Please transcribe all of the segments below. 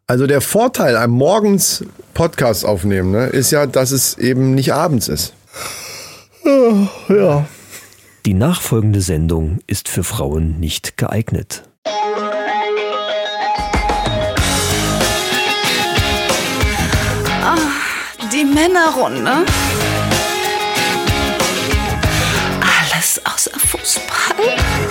Also der Vorteil am Morgens Podcast aufnehmen, ne, ist ja, dass es eben nicht abends ist. Ja. Die nachfolgende Sendung ist für Frauen nicht geeignet. Die Männerrunde. Alles außer Fußball.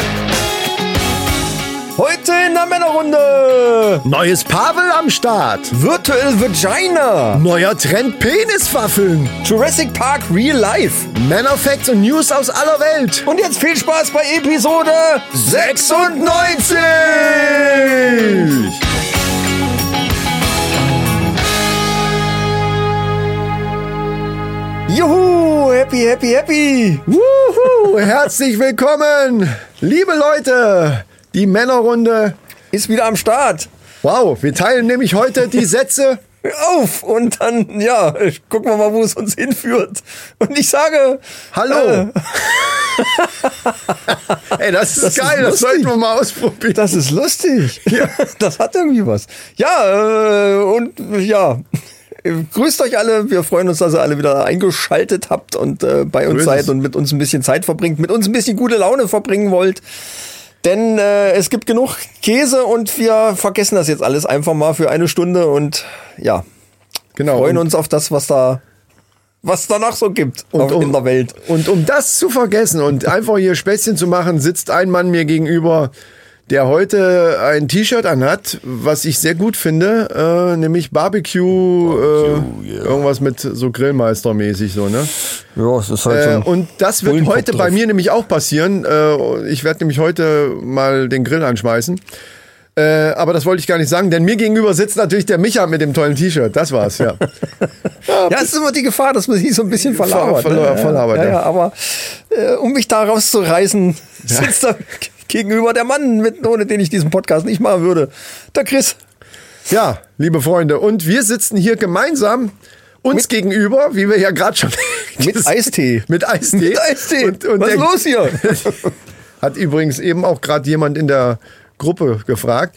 Heute in der Männerrunde. Neues Pavel am Start. Virtual Vagina. Neuer Trend Peniswaffeln. Jurassic Park Real Life. Männerfacts und News aus aller Welt. Und jetzt viel Spaß bei Episode 96. Juhu, happy. Wuhu, herzlich willkommen, liebe Leute. Die Männerrunde Ist wieder am Start. Wow, wir teilen nämlich heute die Sätze Auf und dann, ja, gucken wir mal, wo es uns hinführt. Und ich sage, Hallo. Ey, das ist geil, das sollten wir mal ausprobieren. das ist lustig. Ja. Das hat irgendwie was. Ja, und ja, grüßt euch alle. Wir freuen uns, dass ihr alle wieder eingeschaltet habt und bei uns seid und mit uns ein bisschen Zeit verbringt, mit uns ein bisschen gute Laune verbringen wollt. Denn es gibt genug Käse und wir vergessen das jetzt alles einfach mal für eine Stunde und ja, Genau. freuen uns auf das, was danach so gibt in der Welt. Und um das zu vergessen und einfach hier Späßchen zu machen, sitzt ein Mann mir gegenüber, der heute ein T-Shirt anhat, was ich sehr gut finde, nämlich Barbecue, irgendwas mit so Grillmeister-mäßig so, ne? Ja, es ist halt so ein und das wird Bullenkopf heute drauf. bei mir nämlich auch passieren. Ich werde nämlich heute mal den Grill anschmeißen. Aber das wollte ich gar nicht sagen, denn mir gegenüber sitzt natürlich der Micha mit dem tollen T-Shirt. Das war's, ja. Ja, es ist immer die Gefahr, dass man sich so ein bisschen verlabert. Verlabert, ja. Ja, aber um mich da rauszureißen, sitzt da gegenüber der Mann, ohne den ich diesen Podcast nicht machen würde. Der Chris. Ja, liebe Freunde. Und wir sitzen hier gemeinsam uns gegenüber, wie wir ja gerade schon... Mit Eistee. Mit Eistee. Mit Eistee. Und Was ist los hier? Hat übrigens eben auch gerade jemand in der Gruppe gefragt.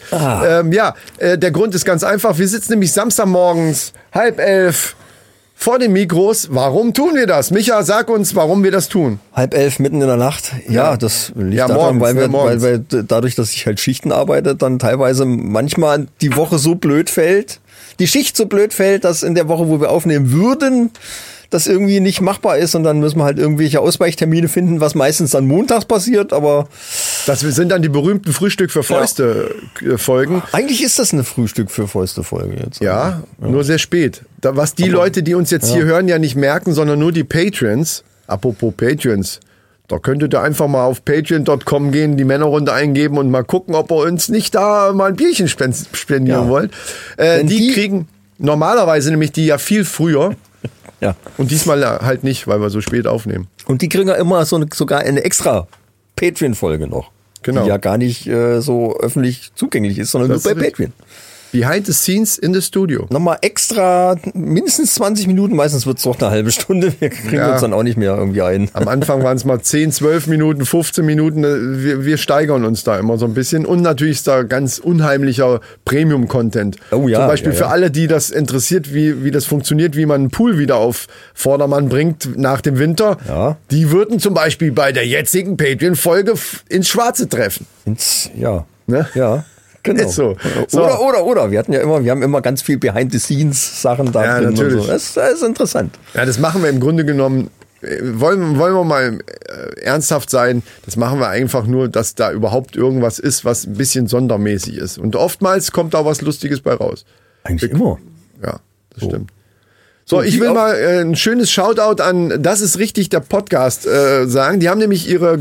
Der Grund ist ganz einfach. Wir sitzen nämlich Samstagmorgens 10:30 vor den Mikros. Warum tun wir das? Micha, sag uns, warum wir das tun. 10:30 mitten in der Nacht. Ja, das liegt morgens, daran, morgens. weil dadurch, dass ich halt Schichten arbeite, dann teilweise manchmal die Woche so blöd fällt, die Schicht so blöd fällt, dass in der Woche, wo wir aufnehmen würden, das irgendwie nicht machbar ist und dann müssen wir halt irgendwelche Ausweichtermine finden, was meistens dann montags passiert, aber... Das sind dann die berühmten Frühstück für Fäuste Folgen. Eigentlich ist das eine Frühstück für Fäuste Folge jetzt. Ja, nur sehr spät. Was die Leute, die uns jetzt hier hören, ja nicht merken, sondern nur die Patrons. Apropos Patrons. Da könntet ihr einfach mal auf patreon.com gehen, die Männerrunde eingeben und mal gucken, ob ihr uns nicht da mal ein Bierchen spendieren wollt. Die kriegen normalerweise nämlich die ja viel früher. Ja. Und diesmal halt nicht, weil wir so spät aufnehmen. Und die kriegen ja immer sogar eine extra Patreon-Folge noch. Genau. Die ja gar nicht so öffentlich zugänglich ist, sondern Das nur bei ist Patreon. Behind the scenes in the studio. Nochmal extra, mindestens 20 Minuten, meistens wird es doch eine halbe Stunde. Wir kriegen uns dann auch nicht mehr irgendwie ein. Am Anfang waren es mal 10, 12 Minuten, 15 Minuten. Wir steigern uns da immer so ein bisschen. Und natürlich ist da ganz unheimlicher Premium-Content. Oh ja, Zum Beispiel ja. für alle, die das interessiert, wie das funktioniert, wie man einen Pool wieder auf Vordermann bringt nach dem Winter. Ja. Die würden zum Beispiel bei der jetzigen Patreon-Folge ins Schwarze treffen. Ja. Ne? Ja. Genau. Ist so. Oder. Wir haben immer ganz viel Behind-the-Scenes-Sachen da Ja, drin. natürlich. Und so. Das ist interessant. Ja, das machen wir im Grunde genommen. Wollen wir mal ernsthaft sein, das machen wir einfach nur, dass da überhaupt irgendwas ist, was ein bisschen sondermäßig ist. Und oftmals kommt da was Lustiges bei raus. Eigentlich immer. Ja, das stimmt. So, ich will mal ein schönes Shoutout an Das ist richtig, der Podcast sagen. Die haben nämlich ihre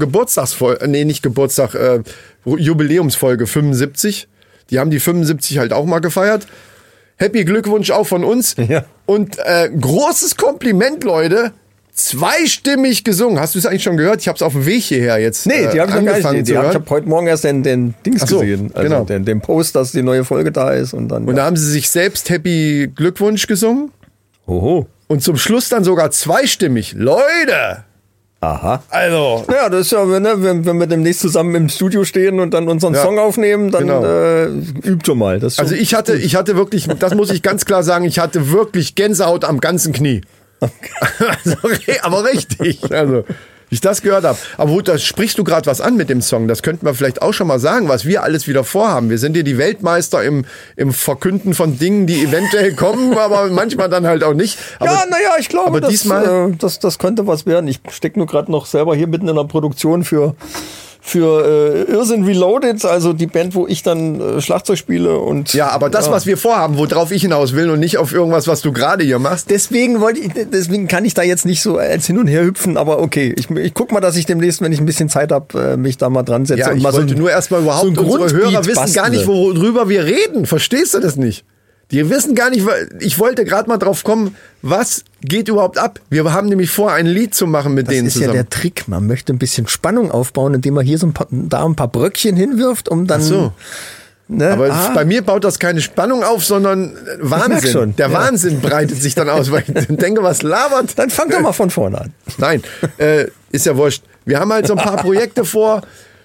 Jubiläumsfolge 75. Die haben die 75 halt auch mal gefeiert. Happy Glückwunsch auch von uns. Ja. Und großes Kompliment, Leute. Zweistimmig gesungen. Hast du es eigentlich schon gehört? Ich habe es auf dem Weg hierher jetzt Nee, die habe ich noch gar nicht. Ich habe heute Morgen erst den Dings Ach so, gesehen. Also genau. den Post, dass die neue Folge da ist. Und dann. Und da haben sie sich selbst Happy Glückwunsch gesungen. Oho. Und zum Schluss dann sogar zweistimmig. Leute, Aha. Also. Ja, das ist ja, ne, wenn wir demnächst zusammen im Studio stehen und dann unseren Song aufnehmen, dann übt schon mal. Das Also ich hatte wirklich, das muss ich ganz klar sagen, ich hatte wirklich Gänsehaut am ganzen Knie. Also, aber richtig. Also, wie ich das gehört habe. Aber gut, da sprichst du gerade was an mit dem Song. Das könnten wir vielleicht auch schon mal sagen, was wir alles wieder vorhaben. Wir sind hier die Weltmeister im Verkünden von Dingen, die eventuell kommen, aber manchmal dann halt auch nicht. Aber, ja, naja, ich glaube, aber diesmal das könnte was werden. Ich stecke nur gerade noch selber hier mitten in der Produktion für Irrsinn Reloaded, also die Band, wo ich dann Schlagzeug spiele. Und ja, aber das, was wir vorhaben, worauf ich hinaus will und nicht auf irgendwas, was du gerade hier machst. Deswegen kann ich da jetzt nicht so als hin und her hüpfen, aber okay. Ich guck mal, dass ich demnächst, wenn ich ein bisschen Zeit habe, mich da mal dran setze. Ja, und ich mal wollte nur erstmal überhaupt, so unsere Hörer wissen bastle. gar nicht, worüber wir reden. Verstehst du das nicht? Die wissen gar nicht, ich wollte gerade mal drauf kommen, was geht überhaupt ab? Wir haben nämlich vor, ein Lied zu machen mit denen zusammen. Das ist ja der Trick. Man möchte ein bisschen Spannung aufbauen, indem man hier da ein paar Bröckchen hinwirft, um dann... Ach so. Ne? Aber bei mir baut das keine Spannung auf, sondern Wahnsinn. Schon. Der Wahnsinn breitet sich dann aus, weil ich denke, was labert? Dann fang doch mal von vorne an. Nein, ist ja wurscht. Wir haben halt so ein paar Projekte vor.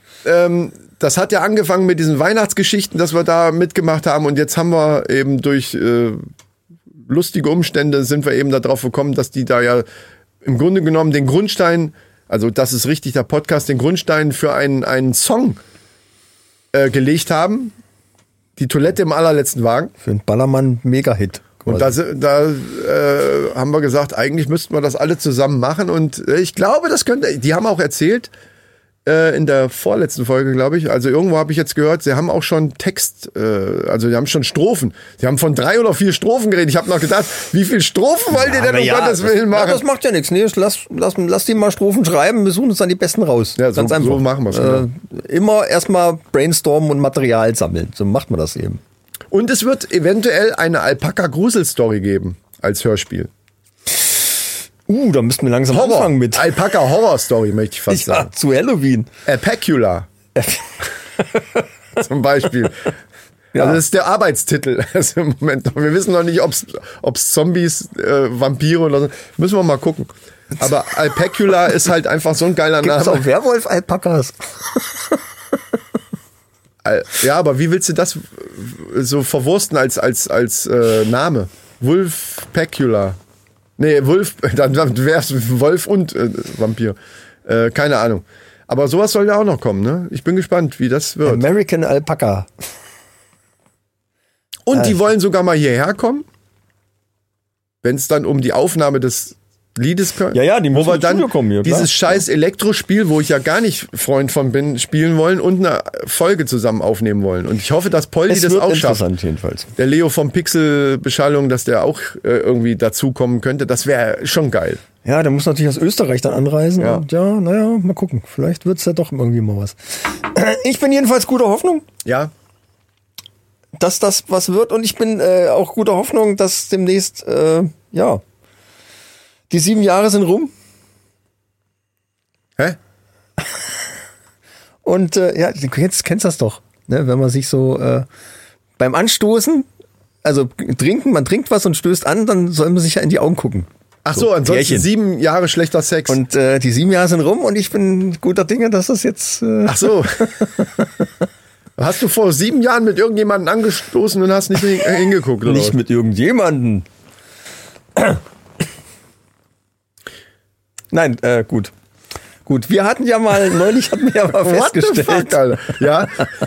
Das hat ja angefangen mit diesen Weihnachtsgeschichten, dass wir da mitgemacht haben. Und jetzt haben wir eben durch lustige Umstände sind wir eben darauf gekommen, dass die da ja im Grunde genommen den Grundstein, also das ist richtig der Podcast, den Grundstein für einen Song gelegt haben. Die Toilette im allerletzten Wagen. Für einen Ballermann-Mega-Hit. Und da haben wir gesagt, eigentlich müssten wir das alle zusammen machen. Und ich glaube, das könnte. Die haben auch erzählt, in der vorletzten Folge, glaube ich, also irgendwo habe ich jetzt gehört, sie haben auch schon Text, also die haben schon Strophen. Sie haben von 3 oder 4 Strophen geredet. Ich habe noch gedacht, wie viele Strophen wollt ihr denn um Gottes Willen machen? Ja, das macht ja nichts. Nee, lass die mal Strophen schreiben, wir suchen uns dann die besten raus. Ja, so machen wir es. Immer erstmal brainstormen und Material sammeln. So macht man das eben. Und es wird eventuell eine Alpaka-Grusel-Story geben als Hörspiel. Da müssten wir langsam anfangen mit. Alpaka-Horror-Story, möchte ich fast sagen. Zu Halloween. Alpacula. Zum Beispiel. Ja. Also das ist der Arbeitstitel. Also im Moment noch. Wir wissen noch nicht, ob's Zombies, Vampire oder so. Müssen wir mal gucken. Aber Alpacula ist halt einfach so ein geiler Name. Gibt's auch Werwolf-Alpakas? Ja, aber wie willst du das so verwursten als Name? Wolfpacula. Nee, Wolf, dann wär's Wolf und Vampir. Keine Ahnung. Aber sowas soll ja auch noch kommen, ne? Ich bin gespannt, wie das wird. American Alpaca. Und die wollen sogar mal hierher kommen, wenn es dann um die Aufnahme des Liedes geht. Ja, die müssen wo wir dann Studio kommen hier, dieses scheiß Elektrospiel, wo ich ja gar nicht Freund von bin, spielen wollen und eine Folge zusammen aufnehmen wollen. Und ich hoffe, dass Poldi das auch schafft. Interessant jedenfalls. Der Leo vom Pixelbeschallung, dass der auch irgendwie dazukommen könnte, das wäre schon geil. Ja, der muss natürlich aus Österreich dann anreisen. Ja. Und ja, naja, mal gucken. Vielleicht wird's ja doch irgendwie mal was. Ich bin jedenfalls guter Hoffnung, Ja. dass das was wird. Und ich bin auch guter Hoffnung, dass demnächst, die 7 Jahre sind rum. Hä? Und du kennst das doch, ne? Wenn man sich so beim Anstoßen, also man trinkt was und stößt an, dann soll man sich ja in die Augen gucken. Ach so, ansonsten Pärchen. 7 Jahre schlechter Sex. Und die 7 Jahre sind rum und ich bin guter Dinge, dass das jetzt... Ach so. Hast du vor 7 Jahren mit irgendjemandem angestoßen und hast nicht hingeguckt, oder? Nicht mit irgendjemanden. Nein, gut. Gut, wir hatten ja mal, neulich hatten wir ja mal festgestellt. What the fuck, Alter? Ja.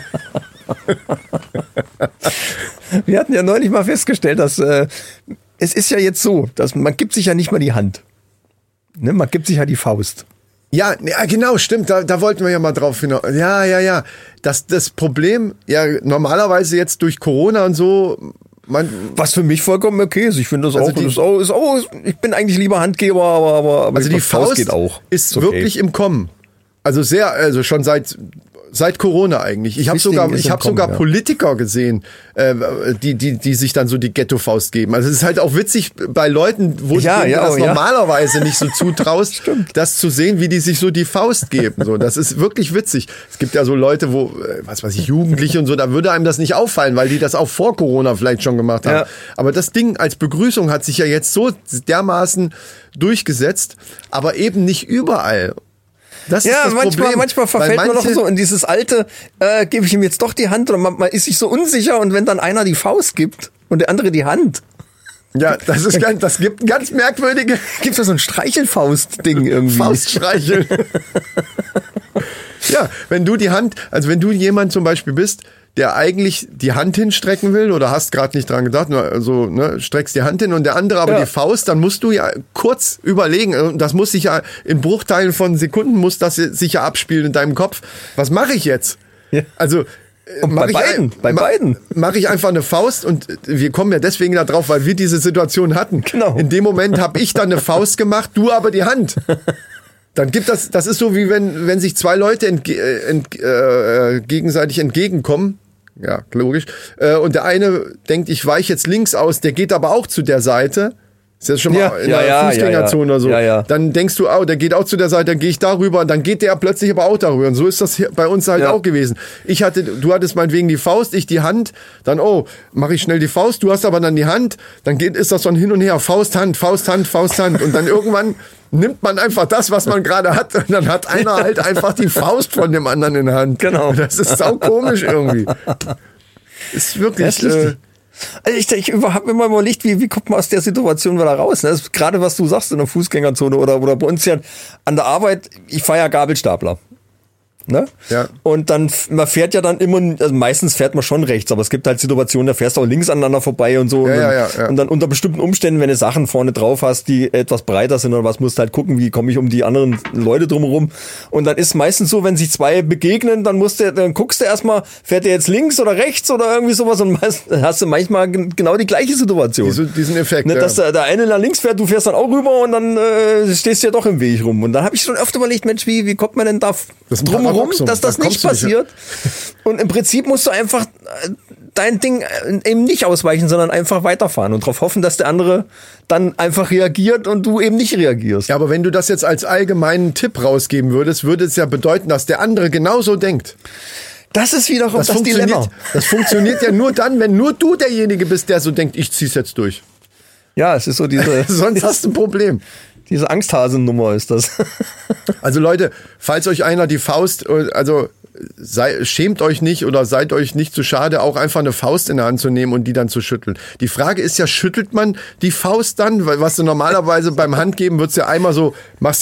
Wir hatten ja neulich mal festgestellt, dass es ist ja jetzt so, dass man gibt sich ja nicht mal die Hand. Ne, man gibt sich ja die Faust. Ja, genau, stimmt. Da wollten wir ja mal drauf hinaus. Ja. Das Problem, ja, normalerweise jetzt durch Corona und so, was für mich vollkommen okay ist. Ich finde das Also auch. Ich bin eigentlich lieber Handgeber, aber also die Faust geht auch. ist okay. wirklich im Kommen. Also schon seit Seit Corona eigentlich. Ich habe sogar Politiker gesehen, die sich dann so die Ghetto-Faust geben. Also es ist halt auch witzig bei Leuten, wo du das normalerweise nicht so zutraust, das zu sehen, wie die sich so die Faust geben. So, das ist wirklich witzig. Es gibt ja so Leute, wo, was weiß ich, Jugendliche und so, da würde einem das nicht auffallen, weil die das auch vor Corona vielleicht schon gemacht haben. Ja. Aber das Ding als Begrüßung hat sich ja jetzt so dermaßen durchgesetzt, aber eben nicht überall. Das ist das Problem. Manchmal verfällt man noch so in dieses alte, gebe ich ihm jetzt doch die Hand, oder man ist sich so unsicher, und wenn dann einer die Faust gibt und der andere die Hand. Ja, das gibt ganz merkwürdige. Gibt's da so ein Streichelfaust-Ding irgendwie? Fauststreichel. Ja, wenn du jemand zum Beispiel bist, der eigentlich die Hand hinstrecken will oder hast gerade nicht dran gedacht, also streckst die Hand hin und der andere aber die Faust, dann musst du ja kurz überlegen, das muss sich ja in Bruchteilen von Sekunden muss das sich ja abspielen in deinem Kopf. Was mache ich jetzt? Ja. Also bei beiden mache ich einfach eine Faust, und wir kommen ja deswegen da drauf, weil wir diese Situation hatten. Genau. In dem Moment habe ich dann eine Faust gemacht, du aber die Hand. Dann gibt das ist so wie wenn sich zwei Leute gegenseitig entgegenkommen. Ja, logisch. Und der eine denkt, ich weiche jetzt links aus, der geht aber auch zu der Seite. Ist das schon mal in der Fußgängerzone oder so. Ja. Dann denkst du, der geht auch zu der Seite, dann gehe ich darüber, dann geht der plötzlich aber auch darüber. Und so ist das hier bei uns halt auch gewesen. Du hattest meinetwegen die Faust, ich die Hand, dann, mache ich schnell die Faust, du hast aber dann die Hand, dann ist das so ein Hin und Her, Faust, Hand, Faust, Hand, Faust, Hand. Und dann irgendwann nimmt man einfach das, was man gerade hat, und dann hat einer halt einfach die Faust von dem anderen in der Hand. Genau. Das ist saukomisch irgendwie. Ist wirklich. Also ich habe immer überlegt, wie kommt man aus der Situation wieder raus? Das ist gerade, was du sagst in der Fußgängerzone oder bei uns ja an der Arbeit. Ich fahre ja Gabelstapler. Ne? Ja. Und dann, man fährt ja dann immer, also meistens fährt man schon rechts, aber es gibt halt Situationen, da fährst du auch links aneinander vorbei und so. Und dann unter bestimmten Umständen, wenn du Sachen vorne drauf hast, die etwas breiter sind oder was, musst du halt gucken, wie komme ich um die anderen Leute drumherum. Und dann ist meistens so, wenn sich zwei begegnen, dann guckst du erstmal, fährt der jetzt links oder rechts oder irgendwie sowas, und hast du manchmal genau die gleiche Situation. Diesen Effekt. Ne, dass der eine nach links fährt, du fährst dann auch rüber, und dann stehst du ja doch im Weg rum. Und dann habe ich schon öfter überlegt, Mensch, wie kommt man denn da drumherum, dass das nicht passiert? Und im Prinzip musst du einfach dein Ding eben nicht ausweichen, sondern einfach weiterfahren und darauf hoffen, dass der andere dann einfach reagiert und du eben nicht reagierst. Ja, aber wenn du das jetzt als allgemeinen Tipp rausgeben würdest, würde es ja bedeuten, dass der andere genauso denkt. Das ist wiederum das Dilemma. Das funktioniert ja nur dann, wenn nur du derjenige bist, der so denkt, ich zieh's jetzt durch. Ja, es ist so diese... Sonst hast du ein Problem. Diese Angsthasen-Nummer ist das. Also Leute, falls euch einer die Faust, also schämt euch nicht oder seid euch nicht zu schade, auch einfach eine Faust in der Hand zu nehmen und die dann zu schütteln. Die Frage ist ja, schüttelt man die Faust dann? Weil was du normalerweise beim Handgeben machst ja einmal so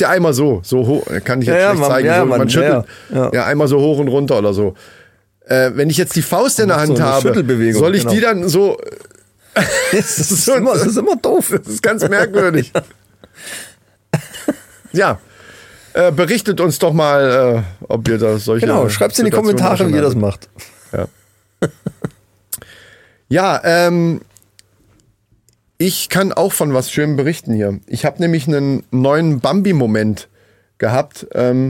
hoch, kann ich jetzt schlecht zeigen. Man schüttelt einmal so hoch und runter oder so. Wenn ich jetzt die Faust in der Hand habe, soll ich die dann so... Das ist immer doof. Das ist ganz merkwürdig. Ja, berichtet uns doch mal, ob ihr da solche... Genau, schreibt in die Kommentare, wie ihr das macht. Ja, ich kann auch von was Schönem berichten hier. Ich habe nämlich einen neuen Bambi-Moment gehabt.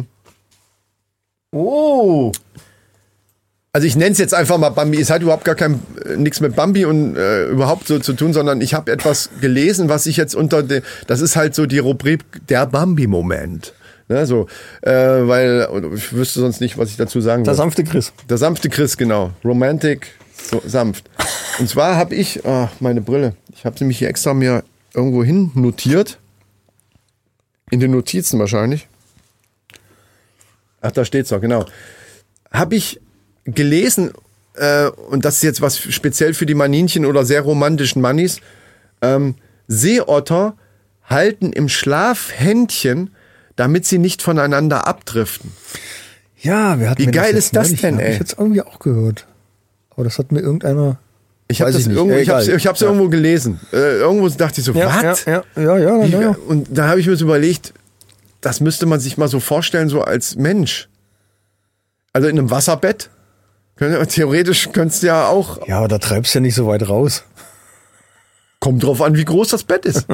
Also ich nenne es jetzt einfach mal Bambi. Es hat überhaupt gar nichts mit Bambi und überhaupt so zu tun, sondern ich habe etwas gelesen, was ich jetzt das ist halt so die Rubrik der Bambi-Moment. Ne, so, weil ich wüsste sonst nicht, was ich dazu sagen will. Der sanfte Chris. Der sanfte Chris, genau. Romantic, so sanft. Und zwar habe ich, meine Brille, ich habe sie mich hier extra mir irgendwo hin notiert. In den Notizen wahrscheinlich. Ach, da steht's doch, genau. Habe ich gelesen, und das ist jetzt was speziell für die Maninchen oder sehr romantischen Mannis, Seeotter halten im Schlaf Händchen, damit sie nicht voneinander abdriften. Ja, wie geil ist das denn, ey? Hab ich jetzt irgendwie auch gehört. Aber das hat mir irgendeiner... Ich habe es irgendwo gelesen. Irgendwo dachte ich so, was? Ja. Und da habe ich mir so überlegt, das müsste man sich mal so vorstellen, so als Mensch. Also in einem Wasserbett. Theoretisch könntest du ja auch... Ja, aber da treibst du ja nicht so weit raus. Kommt drauf an, wie groß das Bett ist.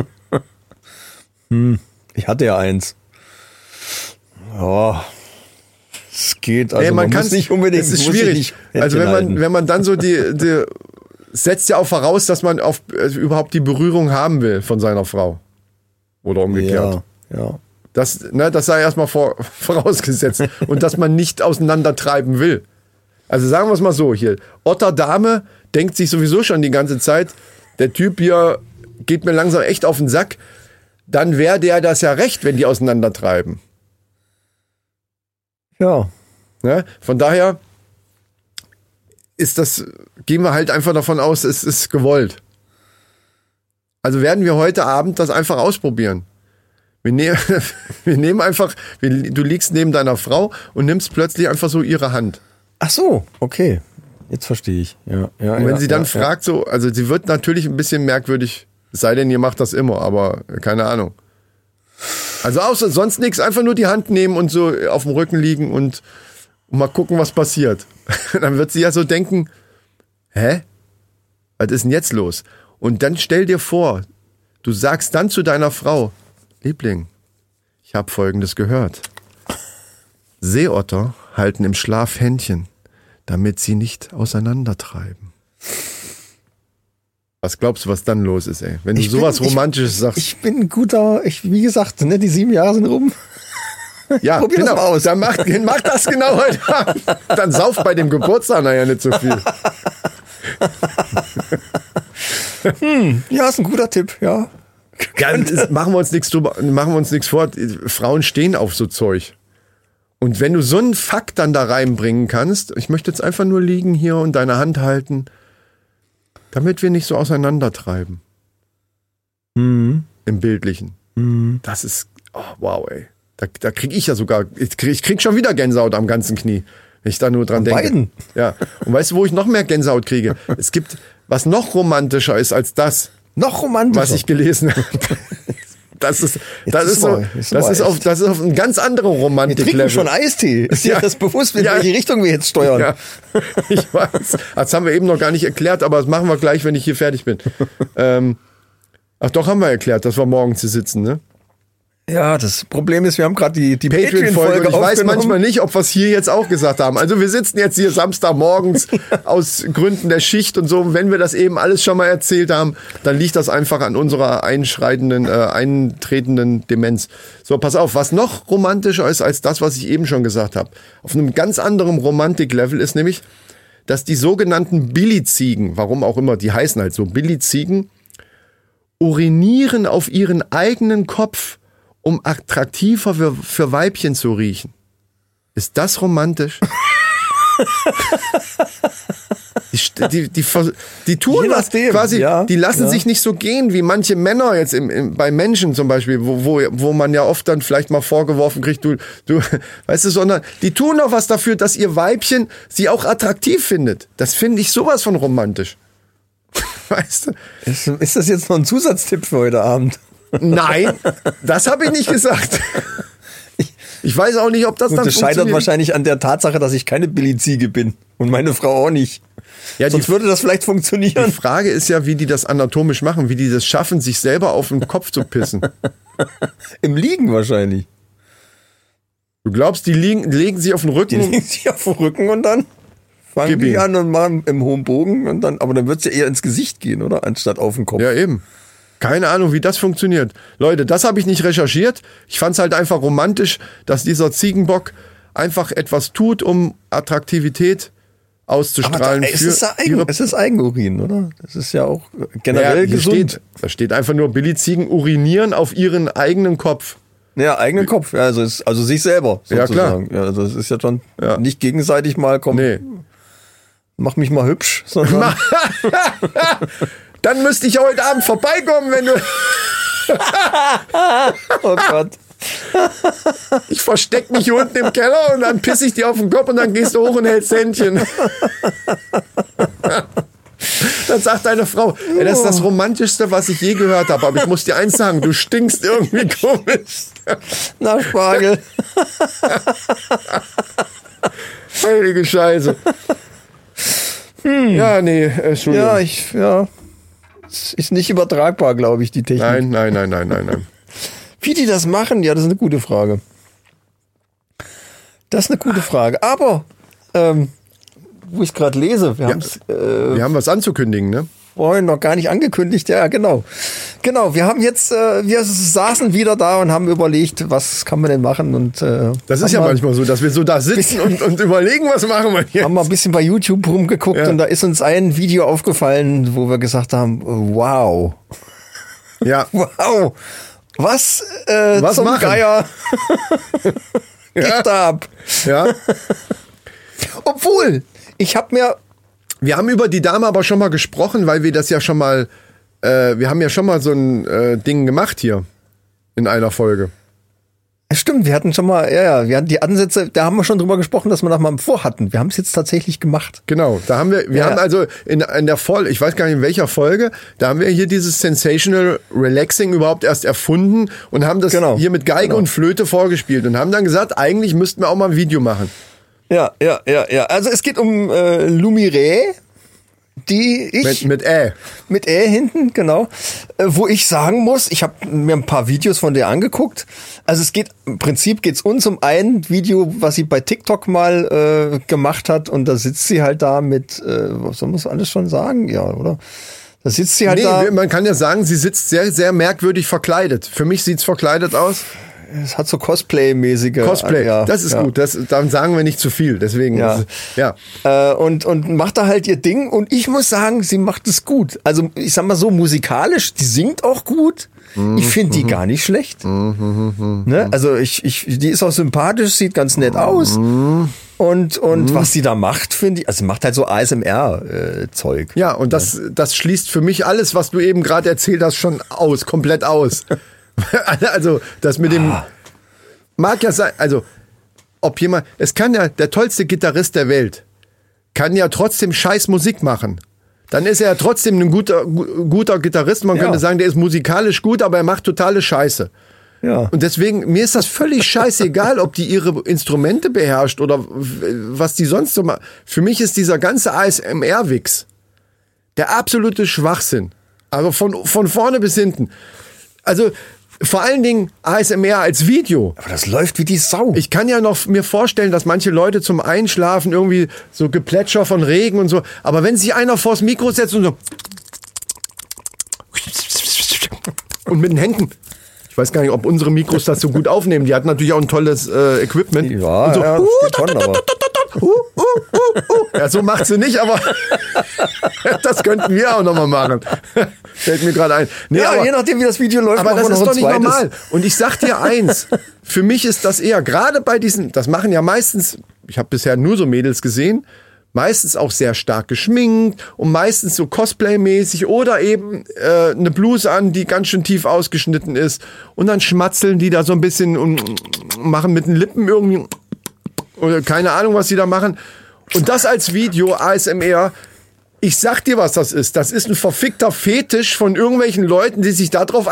Ich hatte ja eins. Ja, Es geht, also man muss kann nicht unbedingt. Es ist schwierig. Also wenn man dann so die setzt ja auch voraus, dass man überhaupt die Berührung haben will von seiner Frau. Oder umgekehrt. Ja. Das sei erstmal vorausgesetzt. Und dass man nicht auseinandertreiben will. Also sagen wir es mal so hier. Otter Dame denkt sich sowieso schon die ganze Zeit, der Typ hier geht mir langsam echt auf den Sack. Dann wäre der das ja recht, wenn die auseinandertreiben. Ja. Ne? Von daher gehen wir halt einfach davon aus, es ist gewollt. Also werden wir heute Abend das einfach ausprobieren. Wir nehmen einfach, du liegst neben deiner Frau und nimmst plötzlich einfach so ihre Hand. Ach so, okay. Jetzt verstehe ich. Ja, und wenn sie dann fragt, so, also sie wird natürlich ein bisschen merkwürdig, es sei denn, ihr macht das immer, aber keine Ahnung. Also außer sonst nichts, einfach nur die Hand nehmen und so auf dem Rücken liegen und mal gucken, was passiert. Dann wird sie ja so denken, hä? Was ist denn jetzt los? Und dann stell dir vor, du sagst dann zu deiner Frau, Liebling, ich habe Folgendes gehört. Seeotter halten im Schlaf Händchen, damit sie nicht auseinandertreiben. Was glaubst du, was dann los ist, ey? Wenn du sowas Romantisches sagst. Ich bin ein guter, wie gesagt, ne, die 7 Jahre sind rum. Ja, probier das mal aus. Dann mach das genau heute Abend. Dann sauf bei dem Geburtstag nachher nicht so viel. Ja, ist ein guter Tipp, ja. Machen wir uns nichts vor. Frauen stehen auf so Zeug. Und wenn du so einen Fakt dann da reinbringen kannst, ich möchte jetzt einfach nur liegen hier und deine Hand halten, damit wir nicht so auseinandertreiben. Im Bildlichen. Das ist, wow, ey. Da krieg ich ja sogar, ich krieg schon wieder Gänsehaut am ganzen Knie, wenn ich da nur dran denke. Beiden. Ja. Und weißt du, wo ich noch mehr Gänsehaut kriege? Es gibt, was noch romantischer ist als das. Noch romantischer? Was ich gelesen habe. Das ist auf ein ganz anderes Romantik-Level. Wir trinken schon Eistee. Ist dir das bewusst, in welche Richtung wir jetzt steuern? Ja, ich weiß. Das haben wir eben noch gar nicht erklärt, aber das machen wir gleich, wenn ich hier fertig bin. Ach doch, haben wir erklärt, dass wir morgens hier sitzen, ne? Ja, das Problem ist, wir haben gerade die Patreon-Folge. Ich weiß aufgenommen. manchmal nicht, ob wir es hier jetzt auch gesagt haben. Also wir sitzen jetzt hier Samstagmorgens aus Gründen der Schicht und so. Und wenn wir das eben alles schon mal erzählt haben, dann liegt das einfach an unserer eintretenden Demenz. So, pass auf, was noch romantischer ist als das, was ich eben schon gesagt habe. Auf einem ganz anderen Romantik-Level ist nämlich, dass die sogenannten Billy-Ziegen, warum auch immer, die heißen halt so, Billy-Ziegen, urinieren auf ihren eigenen Kopf, um attraktiver für Weibchen zu riechen. Ist das romantisch? die tun was quasi, ja, die lassen sich nicht so gehen wie manche Männer jetzt bei Menschen zum Beispiel, wo man ja oft dann vielleicht mal vorgeworfen kriegt, du weißt du, sondern die tun doch was dafür, dass ihr Weibchen sie auch attraktiv findet. Das finde ich sowas von romantisch. Weißt du? Ist das jetzt noch ein Zusatztipp für heute Abend? Nein, das habe ich nicht gesagt. Ich weiß auch nicht, ob das dann funktioniert. Das scheitert wahrscheinlich an der Tatsache, dass ich keine Billy-Ziege bin und meine Frau auch nicht. Ja, sonst würde das vielleicht funktionieren. Die Frage ist ja, wie die das anatomisch machen, wie die das schaffen, sich selber auf den Kopf zu pissen. Im Liegen wahrscheinlich. Du glaubst, die legen sich auf den Rücken? Die legen sich auf den Rücken und dann fangen die an und machen im hohen Bogen. Und dann, aber dann wird es ja eher ins Gesicht gehen, oder? Anstatt auf den Kopf. Ja, eben. Keine Ahnung, wie das funktioniert. Leute, das habe ich nicht recherchiert. Ich fand es halt einfach romantisch, dass dieser Ziegenbock einfach etwas tut, um Attraktivität auszustrahlen. Aber es ist Eigenurin, oder? Das ist ja auch generell gesund. Da steht einfach nur, Billy-Ziegen urinieren auf ihren eigenen Kopf. Ja, eigenen Kopf. Ja, also sich selber sozusagen. Ja, klar. Ja, also es ist ja schon nicht gegenseitig mal, mach mich mal hübsch, sondern... Dann müsste ich heute Abend vorbeikommen, wenn du... Oh Gott. Ich versteck mich hier unten im Keller und dann pisse ich dir auf den Kopf und dann gehst du hoch und hältst Händchen. Dann sagt deine Frau, ey, das ist das Romantischste, was ich je gehört habe. Aber ich muss dir eins sagen, du stinkst irgendwie komisch. Nach Spargel. Heilige Scheiße. Ja, nee, Entschuldigung. Ja. Ist nicht übertragbar, glaube ich, die Technik. Nein. Wie die das machen, ja, das ist eine gute Frage. Das ist eine gute Frage. Aber, wo ich gerade lese, wir haben was anzukündigen, ne? Vorhin noch gar nicht angekündigt, ja, genau. Genau, wir haben jetzt, wir saßen wieder da und haben überlegt, was kann man denn machen und das ist ja manchmal so, dass wir so da sitzen und überlegen, was machen wir jetzt. Haben wir ein bisschen bei YouTube rumgeguckt und da ist uns ein Video aufgefallen, wo wir gesagt haben, wow. Ja. Wow. Was zum machen? Geier geht da ab? Ja. Obwohl, Wir haben über die Dame aber schon mal gesprochen, weil wir das ja schon mal, wir haben ja schon mal so ein Ding gemacht hier in einer Folge. Stimmt, wir hatten schon mal, wir hatten die Ansätze, da haben wir schon drüber gesprochen, dass wir das mal vorhatten. Wir haben es jetzt tatsächlich gemacht. Genau, da haben wir haben also in der Folge, ich weiß gar nicht in welcher Folge, da haben wir hier dieses Sensational Relaxing überhaupt erst erfunden und haben das hier mit Geige und Flöte vorgespielt und haben dann gesagt, eigentlich müssten wir auch mal ein Video machen. Ja. Also es geht um Lumiré, die ich... Mit Mit hinten, genau. Wo ich sagen muss, ich habe mir ein paar Videos von der angeguckt. Also im Prinzip geht's uns um ein Video, was sie bei TikTok mal gemacht hat. Und da sitzt sie halt da mit, was soll man das alles schon sagen? Ja, oder? Da sitzt sie halt da... Man kann ja sagen, sie sitzt sehr, sehr merkwürdig verkleidet. Für mich sieht's verkleidet aus. Es hat so Cosplay-mäßige... Cosplay, das ist gut. Dann sagen wir nicht zu viel. Deswegen, und macht da halt ihr Ding. Und ich muss sagen, sie macht es gut. Also ich sag mal so, musikalisch, die singt auch gut. Ich finde die gar nicht schlecht. Ne? Also die ist auch sympathisch, sieht ganz nett aus. Und was sie da macht, finde ich, also sie macht halt so ASMR-Zeug. Ja, und das schließt für mich alles, was du eben gerade erzählt hast, schon komplett aus. Also, das mit dem mag ja sein, also es kann ja der tollste Gitarrist der Welt, kann ja trotzdem scheiß Musik machen. Dann ist er ja trotzdem ein guter Gitarrist. Man könnte sagen, der ist musikalisch gut, aber er macht totale Scheiße. Ja. Und deswegen, mir ist das völlig scheißegal, ob die ihre Instrumente beherrscht oder was die sonst so macht. Für mich ist dieser ganze ASMR-Wix der absolute Schwachsinn. Also von vorne bis hinten. Also, vor allen Dingen ASMR als Video. Aber das läuft wie die Sau. Ich kann ja noch mir vorstellen, dass manche Leute zum Einschlafen irgendwie so Geplätscher von Regen und so. Aber wenn sich einer vors Mikro setzt und so und mit den Händen. Ich weiß gar nicht, ob unsere Mikros das so gut aufnehmen. Die hatten natürlich auch ein tolles Equipment. Ja, und so, das geht schon, aber... Ja, so macht sie nicht, aber das könnten wir auch nochmal machen. Fällt mir gerade ein. Nee, ja, aber, je nachdem, wie das Video läuft. Aber das ist doch nicht normal. Und ich sag dir eins, für mich ist das eher, gerade bei diesen, das machen ja meistens, ich habe bisher nur so Mädels gesehen, meistens auch sehr stark geschminkt und meistens so Cosplay-mäßig oder eben eine Bluse an, die ganz schön tief ausgeschnitten ist und dann schmatzeln die da so ein bisschen und machen mit den Lippen irgendwie oder keine Ahnung, was sie da machen. Und das als Video, ASMR, ich sag dir, was das ist. Das ist ein verfickter Fetisch von irgendwelchen Leuten, die sich darauf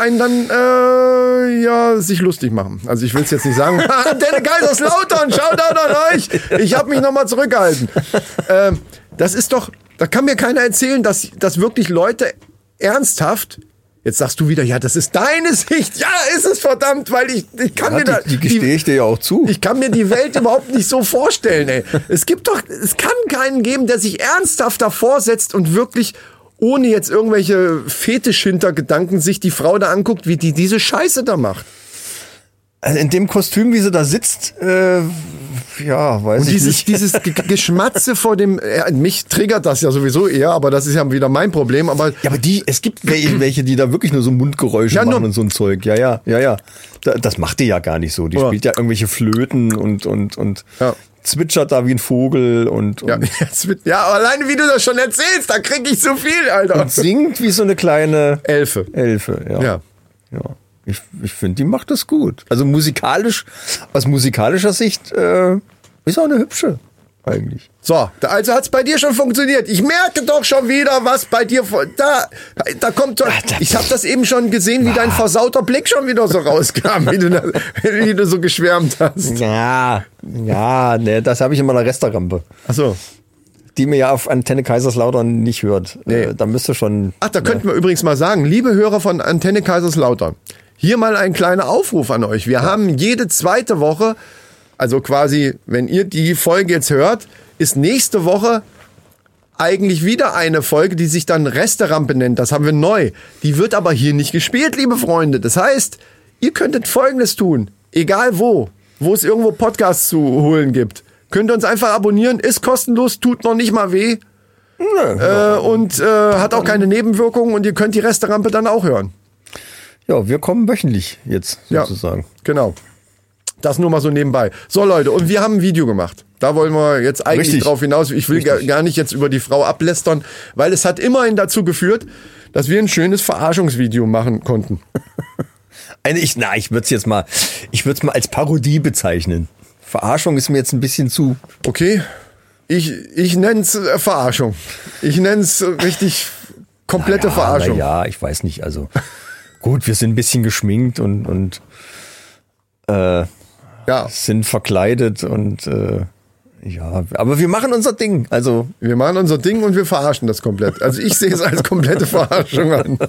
sich lustig machen. Also ich will es jetzt nicht sagen. Antenne Kaiserslautern, Shoutout an euch. Ich habe mich nochmal zurückgehalten. Das ist doch, da kann mir keiner erzählen, dass wirklich Leute ernsthaft... Jetzt sagst du wieder, ja, das ist deine Sicht. Ja, ist es verdammt, weil ich kann mir da... Die gestehe ich dir ja auch zu. Ich kann mir die Welt überhaupt nicht so vorstellen, ey. Es kann keinen geben, der sich ernsthaft davor setzt und wirklich, ohne jetzt irgendwelche Fetisch-Hintergedanken, sich die Frau da anguckt, wie die diese Scheiße da macht. Also in dem Kostüm, wie sie da sitzt, weiß ich nicht. Dieses Geschmatze vor dem, mich triggert das ja sowieso eher, aber das ist ja wieder mein Problem. Aber es gibt welche, die da wirklich nur so Mundgeräusche machen und so ein Zeug. Ja. Das macht die ja gar nicht so. Die spielt ja irgendwelche Flöten und zwitschert da wie ein Vogel und ja, alleine wie du das schon erzählst, da krieg ich zu viel, Alter. Und singt wie so eine kleine Elfe, ja. Ich finde, die macht das gut. Also aus musikalischer Sicht ist auch eine hübsche eigentlich. So, also hat's bei dir schon funktioniert. Ich merke doch schon wieder, was bei dir da kommt. Ich habe das eben schon gesehen, wie dein versauter Blick schon wieder so rauskam, wie du so geschwärmt hast. Ja, ne, das habe ich in meiner Restaurante. Ach so. Die mir ja auf Antenne Kaiserslautern nicht hört. Nee. Da müsste schon... Ach, da könnten wir übrigens mal sagen, liebe Hörer von Antenne Kaiserslautern, hier mal ein kleiner Aufruf an euch. Wir haben jede zweite Woche Also quasi, wenn ihr die Folge jetzt hört, ist nächste Woche eigentlich wieder eine Folge, die sich dann Resterampe nennt. Das haben wir neu. Die wird aber hier nicht gespielt, liebe Freunde. Das heißt, ihr könntet Folgendes tun. Egal wo es irgendwo Podcasts zu holen gibt. Könnt ihr uns einfach abonnieren. Ist kostenlos, tut noch nicht mal weh. Und hat auch keine Nebenwirkungen. Und ihr könnt die Resterampe dann auch hören. Ja, wir kommen wöchentlich jetzt sozusagen. Ja, genau. Das nur mal so nebenbei. So Leute, und wir haben ein Video gemacht. Da wollen wir jetzt eigentlich drauf hinaus. Ich will gar nicht jetzt über die Frau ablästern, weil es hat immerhin dazu geführt, dass wir ein schönes Verarschungsvideo machen konnten. Ich würde es mal als Parodie bezeichnen. Verarschung ist mir jetzt ein bisschen zu. Okay, ich nenn's Verarschung. Ich nenn's richtig komplette Verarschung. Ja, ich weiß nicht. Also gut, wir sind ein bisschen geschminkt und sind verkleidet und ja, aber wir machen unser Ding. Also wir machen unser Ding und wir verarschen das komplett. Also ich sehe es als komplette Verarschung an.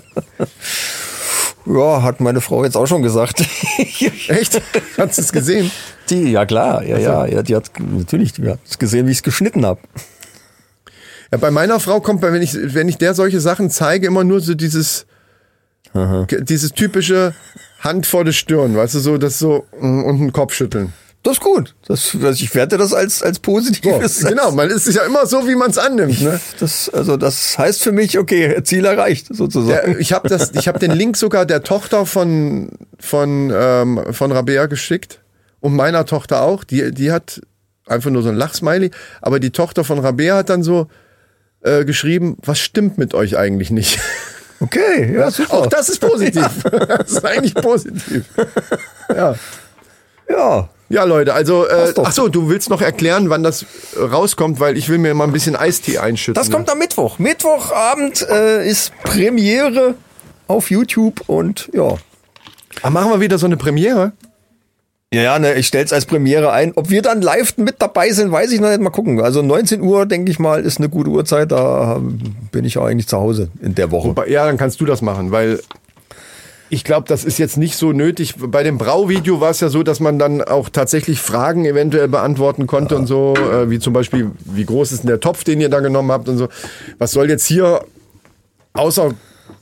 Ja, hat meine Frau jetzt auch schon gesagt. Echt? Hast du es gesehen? Ja klar, ja, die hat gesehen, wie ich es geschnitten habe. Ja, bei meiner Frau kommt, wenn ich der solche Sachen zeige, immer nur so dieses typische Hand vor der Stirn, weißt du, so das so und den Kopf schütteln. Das ist gut. Ich werte das als positives. So, genau, man ist ja immer so, wie man es annimmt. Ne? Das heißt für mich, okay, Ziel erreicht, sozusagen. Ja, ich habe den Link sogar der Tochter von Rabea geschickt und meiner Tochter auch. Die hat einfach nur so ein Lachsmiley, aber die Tochter von Rabea hat dann so geschrieben, was stimmt mit euch eigentlich nicht? Okay, ja, super. Auch das ist positiv. Das ist eigentlich positiv. Ja. Ja. Ja, Leute, also, ach so, du willst noch erklären, wann das rauskommt, weil ich will mir mal ein bisschen Eistee einschütten. Das kommt am Mittwoch. Mittwochabend ist Premiere auf YouTube und ja. Ach, machen wir wieder so eine Premiere? Ja, ne, ich stell's als Premiere ein. Ob wir dann live mit dabei sind, weiß ich noch nicht. Mal gucken. Also 19 Uhr, denke ich mal, ist eine gute Uhrzeit. Da bin ich auch eigentlich zu Hause in der Woche. Ja, dann kannst du das machen, weil ich glaube, das ist jetzt nicht so nötig. Bei dem Brauvideo war es ja so, dass man dann auch tatsächlich Fragen eventuell beantworten konnte und so. Wie zum Beispiel, wie groß ist denn der Topf, den ihr da genommen habt und so. Was soll jetzt hier außer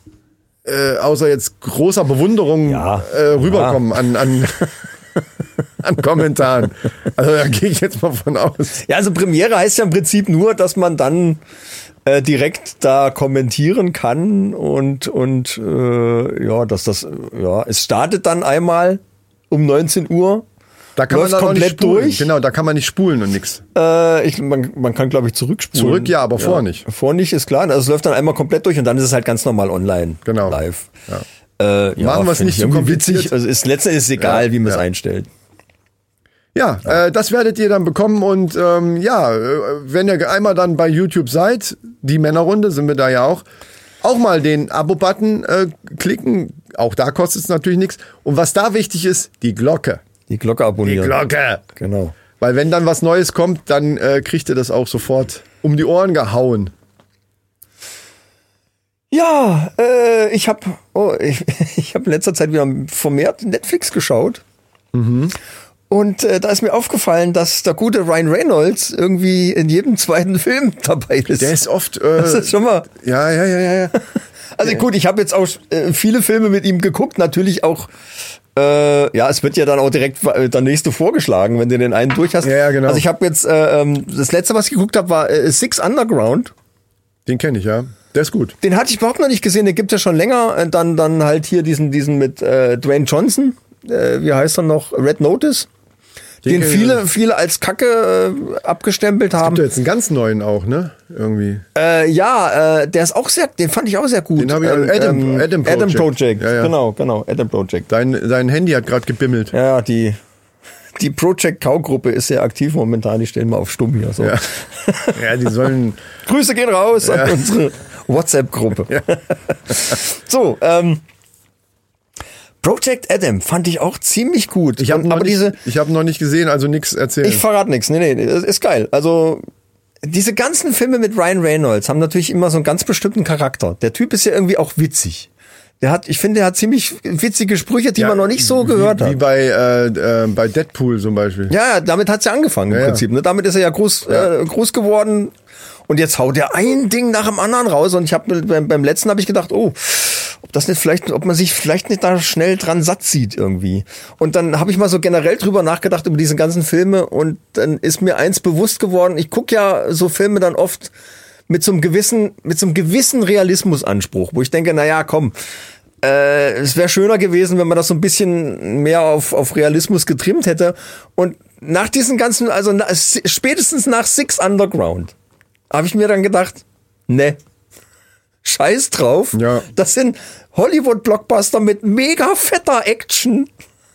jetzt großer Bewunderung rüberkommen an Kommentaren. Also da gehe ich jetzt mal von aus. Ja, also Premiere heißt ja im Prinzip nur, dass man dann direkt da kommentieren kann und es startet dann einmal um 19 Uhr. Da kann man dann komplett nicht spulen. durch. Genau, da kann man nicht spulen und nix. Man kann, glaube ich, zurückspulen. Zurück, ja, aber vor nicht. Vor nicht, ist klar. Also es läuft dann einmal komplett durch und dann ist es halt ganz normal online. Genau. Live. Ja. Machen wir es nicht zu kompliziert. Witzig. Also letztendlich ist es egal, wie man es einstellt. Ja, das werdet ihr dann bekommen und wenn ihr einmal dann bei YouTube seid, die Männerrunde, sind wir da ja auch mal den Abo-Button klicken. Auch da kostet es natürlich nichts. Und was da wichtig ist, die Glocke. Die Glocke abonnieren. Die Glocke. Genau. Weil wenn dann was Neues kommt, dann kriegt ihr das auch sofort um die Ohren gehauen. Ja, ich habe in letzter Zeit wieder vermehrt Netflix geschaut. Mhm. Und da ist mir aufgefallen, dass der gute Ryan Reynolds irgendwie in jedem zweiten Film dabei ist. Der ist oft... das ist schon mal... Ja. Also gut, ich habe jetzt auch viele Filme mit ihm geguckt. Natürlich auch... es wird ja dann auch direkt der nächste vorgeschlagen, wenn du den einen durch hast. Ja, genau. Also ich habe jetzt... das letzte, was ich geguckt habe, war Six Underground. Den kenne ich, ja. Der ist gut. Den hatte ich überhaupt noch nicht gesehen. Den gibt's ja schon länger. Dann halt hier diesen mit Dwayne Johnson. Wie heißt er noch? Red Notice. Den viele als Kacke abgestempelt haben. Gibt ja jetzt einen ganz neuen auch, ne? Irgendwie. Der ist auch den fand ich auch sehr gut. Den habe ich Adam Project. Adam Project. Ja. Genau, Adam Project. Dein Handy hat gerade gebimmelt. Ja, die Project Cow-Gruppe ist sehr aktiv momentan. Die stellen mal auf Stumm hier. So. Ja, die sollen... Grüße gehen raus an unsere WhatsApp-Gruppe. Ja. So, Project Adam fand ich auch ziemlich gut. Ich habe noch nicht gesehen, also nichts erzählen. Ich verrate nichts. Nee, das ist geil. Also diese ganzen Filme mit Ryan Reynolds haben natürlich immer so einen ganz bestimmten Charakter. Der Typ ist ja irgendwie auch witzig. Ich finde, der hat ziemlich witzige Sprüche, die man noch nicht so gehört hat. Wie bei Deadpool zum Beispiel. Ja, damit hat's ja angefangen im Prinzip. Ne? Damit ist er ja groß geworden. Und jetzt haut er ein Ding nach dem anderen raus. Und ich habe beim letzten habe ich gedacht, ob man sich vielleicht nicht da schnell dran satt sieht irgendwie. Und dann habe ich mal so generell drüber nachgedacht über diese ganzen Filme. Und dann ist mir eins bewusst geworden. Ich gucke ja so Filme dann oft mit so einem gewissen Realismusanspruch, wo ich denke, naja, komm, es wäre schöner gewesen, wenn man das so ein bisschen mehr auf Realismus getrimmt hätte. Und nach diesen ganzen, spätestens nach Six Underground, habe ich mir dann gedacht, ne, scheiß drauf. Ja. Das sind Hollywood-Blockbuster mit mega fetter Action.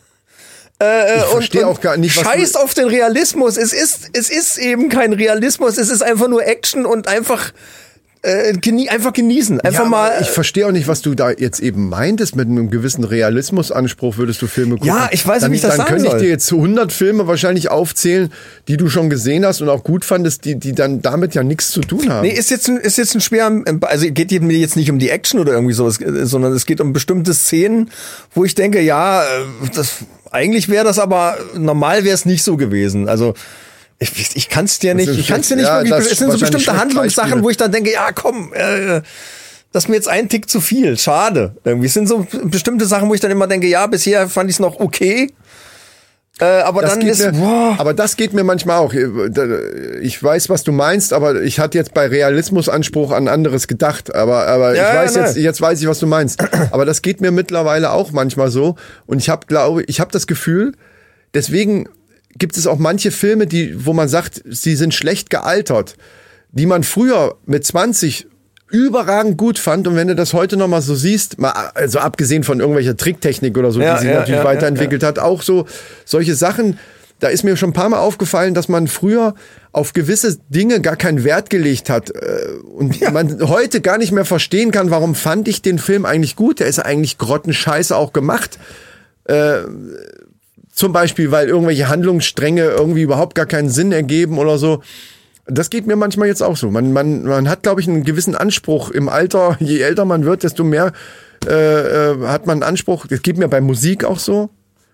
Ich verstehe auch gar nicht, was Scheiß auf den Realismus. Es ist eben kein Realismus. Es ist einfach nur Action und einfach genießen. Einfach mal. Ich verstehe auch nicht, was du da jetzt eben meintest. Mit einem gewissen Realismusanspruch würdest du Filme gucken. Ja, ich weiß nicht, wie ich das sagen soll. Dann könnte ich dir jetzt 100 Filme wahrscheinlich aufzählen, die du schon gesehen hast und auch gut fandest, die dann damit ja nichts zu tun haben. Nee, ist jetzt ein schwer, also geht mir jetzt nicht um die Action oder irgendwie so, sondern es geht um bestimmte Szenen, wo ich denke, ja, eigentlich wäre das aber, normal wäre es nicht so gewesen. Also, ich kann es dir nicht wirklich, es sind so bestimmte Handlungssachen, wo ich dann denke, ja komm, das ist mir jetzt ein Tick zu viel, schade. Irgendwie, es sind so bestimmte Sachen, wo ich dann immer denke, ja, bisher fand ich es noch okay. Aber das geht mir manchmal auch. Ich weiß, was du meinst, aber ich hatte jetzt bei Realismusanspruch an anderes gedacht. Aber jetzt weiß ich, was du meinst. Aber das geht mir mittlerweile auch manchmal so. Und ich habe das Gefühl, deswegen gibt es auch manche Filme, wo man sagt, sie sind schlecht gealtert, die man früher mit 20 überragend gut fand. Und wenn du das heute noch mal so siehst, also abgesehen von irgendwelcher Tricktechnik oder so, die sich natürlich weiterentwickelt hat, auch so solche Sachen, da ist mir schon ein paar Mal aufgefallen, dass man früher auf gewisse Dinge gar keinen Wert gelegt hat und man heute gar nicht mehr verstehen kann, warum fand ich den Film eigentlich gut? Der ist eigentlich grottenscheiße auch gemacht. Zum Beispiel, weil irgendwelche Handlungsstränge irgendwie überhaupt gar keinen Sinn ergeben oder so. Das geht mir manchmal jetzt auch so. Man hat, glaube ich, einen gewissen Anspruch im Alter. Je älter man wird, desto mehr hat man einen Anspruch. Das geht mir bei Musik auch so.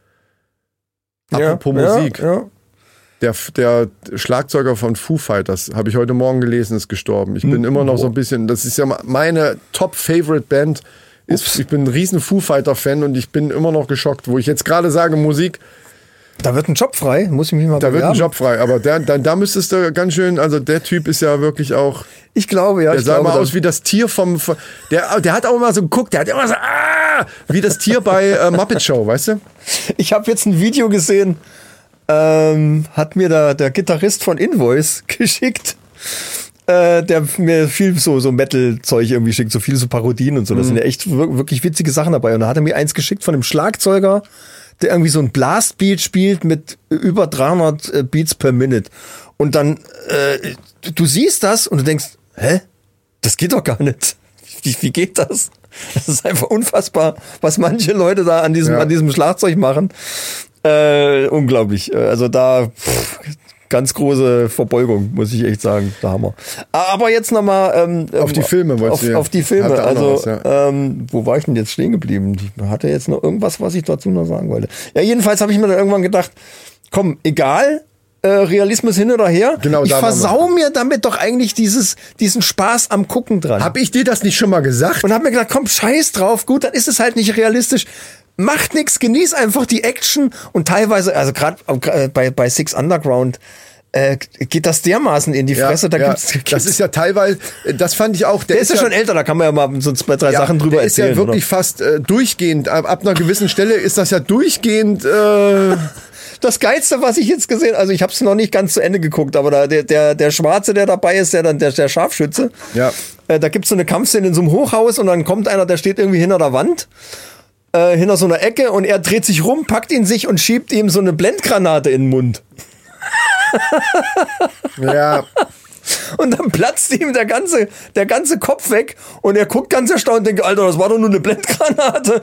Apropos Musik. Ja. Der Schlagzeuger von Foo Fighters, habe ich heute Morgen gelesen, ist gestorben. Ich bin immer noch so ein bisschen, das ist ja meine Top-Favorite-Band. Ich bin ein riesen Foo Fighter-Fan und ich bin immer noch geschockt, wo ich jetzt gerade sage, Musik. Da wird ein Job frei, muss ich mich mal bewerben. Da wird ein Job frei, aber da müsstest du ganz schön, also der Typ ist ja wirklich auch. Ich glaube, ja. Der sah mal aus wie das Tier der hat auch immer so geguckt, der hat immer so, wie das Tier bei Muppet Show, weißt du? Ich habe jetzt ein Video gesehen, hat mir der Gitarrist von Invoice geschickt. Der mir viel so Metal-Zeug irgendwie schickt, so viele so Parodien und so. Das sind ja echt wirklich witzige Sachen dabei. Und da hat er mir eins geschickt von einem Schlagzeuger, der irgendwie so ein Blastbeat spielt mit über 300 Beats per Minute. Und dann, du siehst das und du denkst, hä? Das geht doch gar nicht. Wie geht das? Das ist einfach unfassbar, was manche Leute da an diesem Schlagzeug machen. Unglaublich. Also da, ganz große Verbeugung, muss ich echt sagen. Der Hammer. Aber jetzt nochmal auf die Filme, auf die Filme. Also, wo war ich denn jetzt stehen geblieben? Ich hatte jetzt noch irgendwas, was ich dazu noch sagen wollte. Ja, jedenfalls habe ich mir dann irgendwann gedacht, komm, egal, Realismus hin oder her. Genau, ich versau mir damit doch eigentlich diesen Spaß am Gucken dran. Hab ich dir das nicht schon mal gesagt? Und hab mir gedacht, komm, scheiß drauf, gut, dann ist es halt nicht realistisch. Macht nix, genieß einfach die Action und teilweise, also gerade bei Six Underground, geht das dermaßen in die Fresse. Das ist ja teilweise, das fand ich auch. Der ist ja schon älter, da kann man ja mal so 2, 3 Sachen drüber erzählen. Der ist ja wirklich fast durchgehend, ab einer gewissen Stelle ist das ja durchgehend. Das Geilste, was ich jetzt gesehen, also ich habe es noch nicht ganz zu Ende geguckt, aber der Schwarze, der dabei ist, der Scharfschütze. Ja. Da gibt's so eine Kampfszene in so einem Hochhaus und dann kommt einer, der steht irgendwie hinter der Wand. Hinter so einer Ecke und er dreht sich rum, packt ihn sich und schiebt ihm so eine Blendgranate in den Mund. Ja. Und dann platzt ihm der ganze Kopf weg und er guckt ganz erstaunt und denkt, Alter, das war doch nur eine Blendgranate.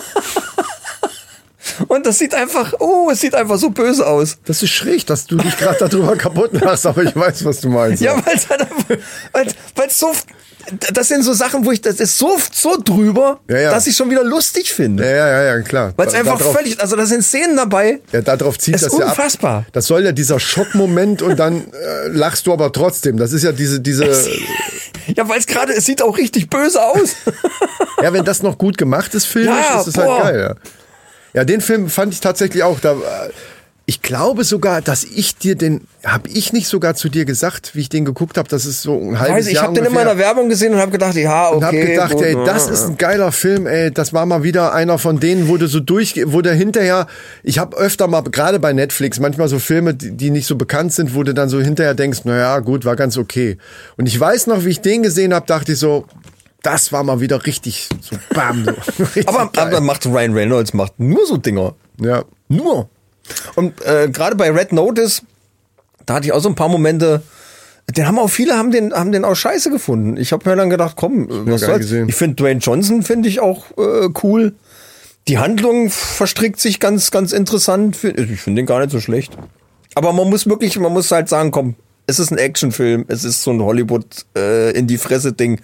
Und es sieht einfach so böse aus. Das ist schräg, dass du dich gerade darüber kaputt machst, aber ich weiß, was du meinst. Ja, weil es so, das sind so Sachen, das ist so drüber, dass ich schon wieder lustig finde. Ja, klar. Weil es einfach völlig, also da sind Szenen dabei. Ja, darauf zieht das ja ab. Unfassbar. Das soll ja dieser Schockmoment und dann lachst du aber trotzdem. Das ist ja diese ja, weil es sieht auch richtig böse aus. Ja, wenn das noch gut gemacht ist, filmisch, ist es halt geil. Ja, den Film fand ich tatsächlich auch. Ich glaube sogar, dass habe ich nicht sogar zu dir gesagt, wie ich den geguckt habe, das ist so ein halbes Jahr Ich habe den in meiner Werbung gesehen und habe gedacht, ja, okay. Und habe gedacht, gut, ey, das ist ein geiler Film, ey, das war mal wieder einer von denen, wo der hinterher, ich habe öfter mal, gerade bei Netflix, manchmal so Filme, die nicht so bekannt sind, wo du dann so hinterher denkst, naja, gut, war ganz okay. Und ich weiß noch, wie ich den gesehen habe, dachte ich so, das war mal wieder richtig so bam. So, richtig aber Ryan Reynolds macht nur so Dinger. Ja. Nur. Und gerade bei Red Notice, da hatte ich auch so ein paar Momente, viele haben den auch scheiße gefunden. Ich habe mir dann gedacht, komm, was soll's? Ich finde Dwayne Johnson finde ich auch cool. Die Handlung verstrickt sich ganz, ganz interessant. Ich finde den gar nicht so schlecht. Aber man muss halt sagen, komm, es ist ein Actionfilm, es ist so ein Hollywood in die Fresse Ding.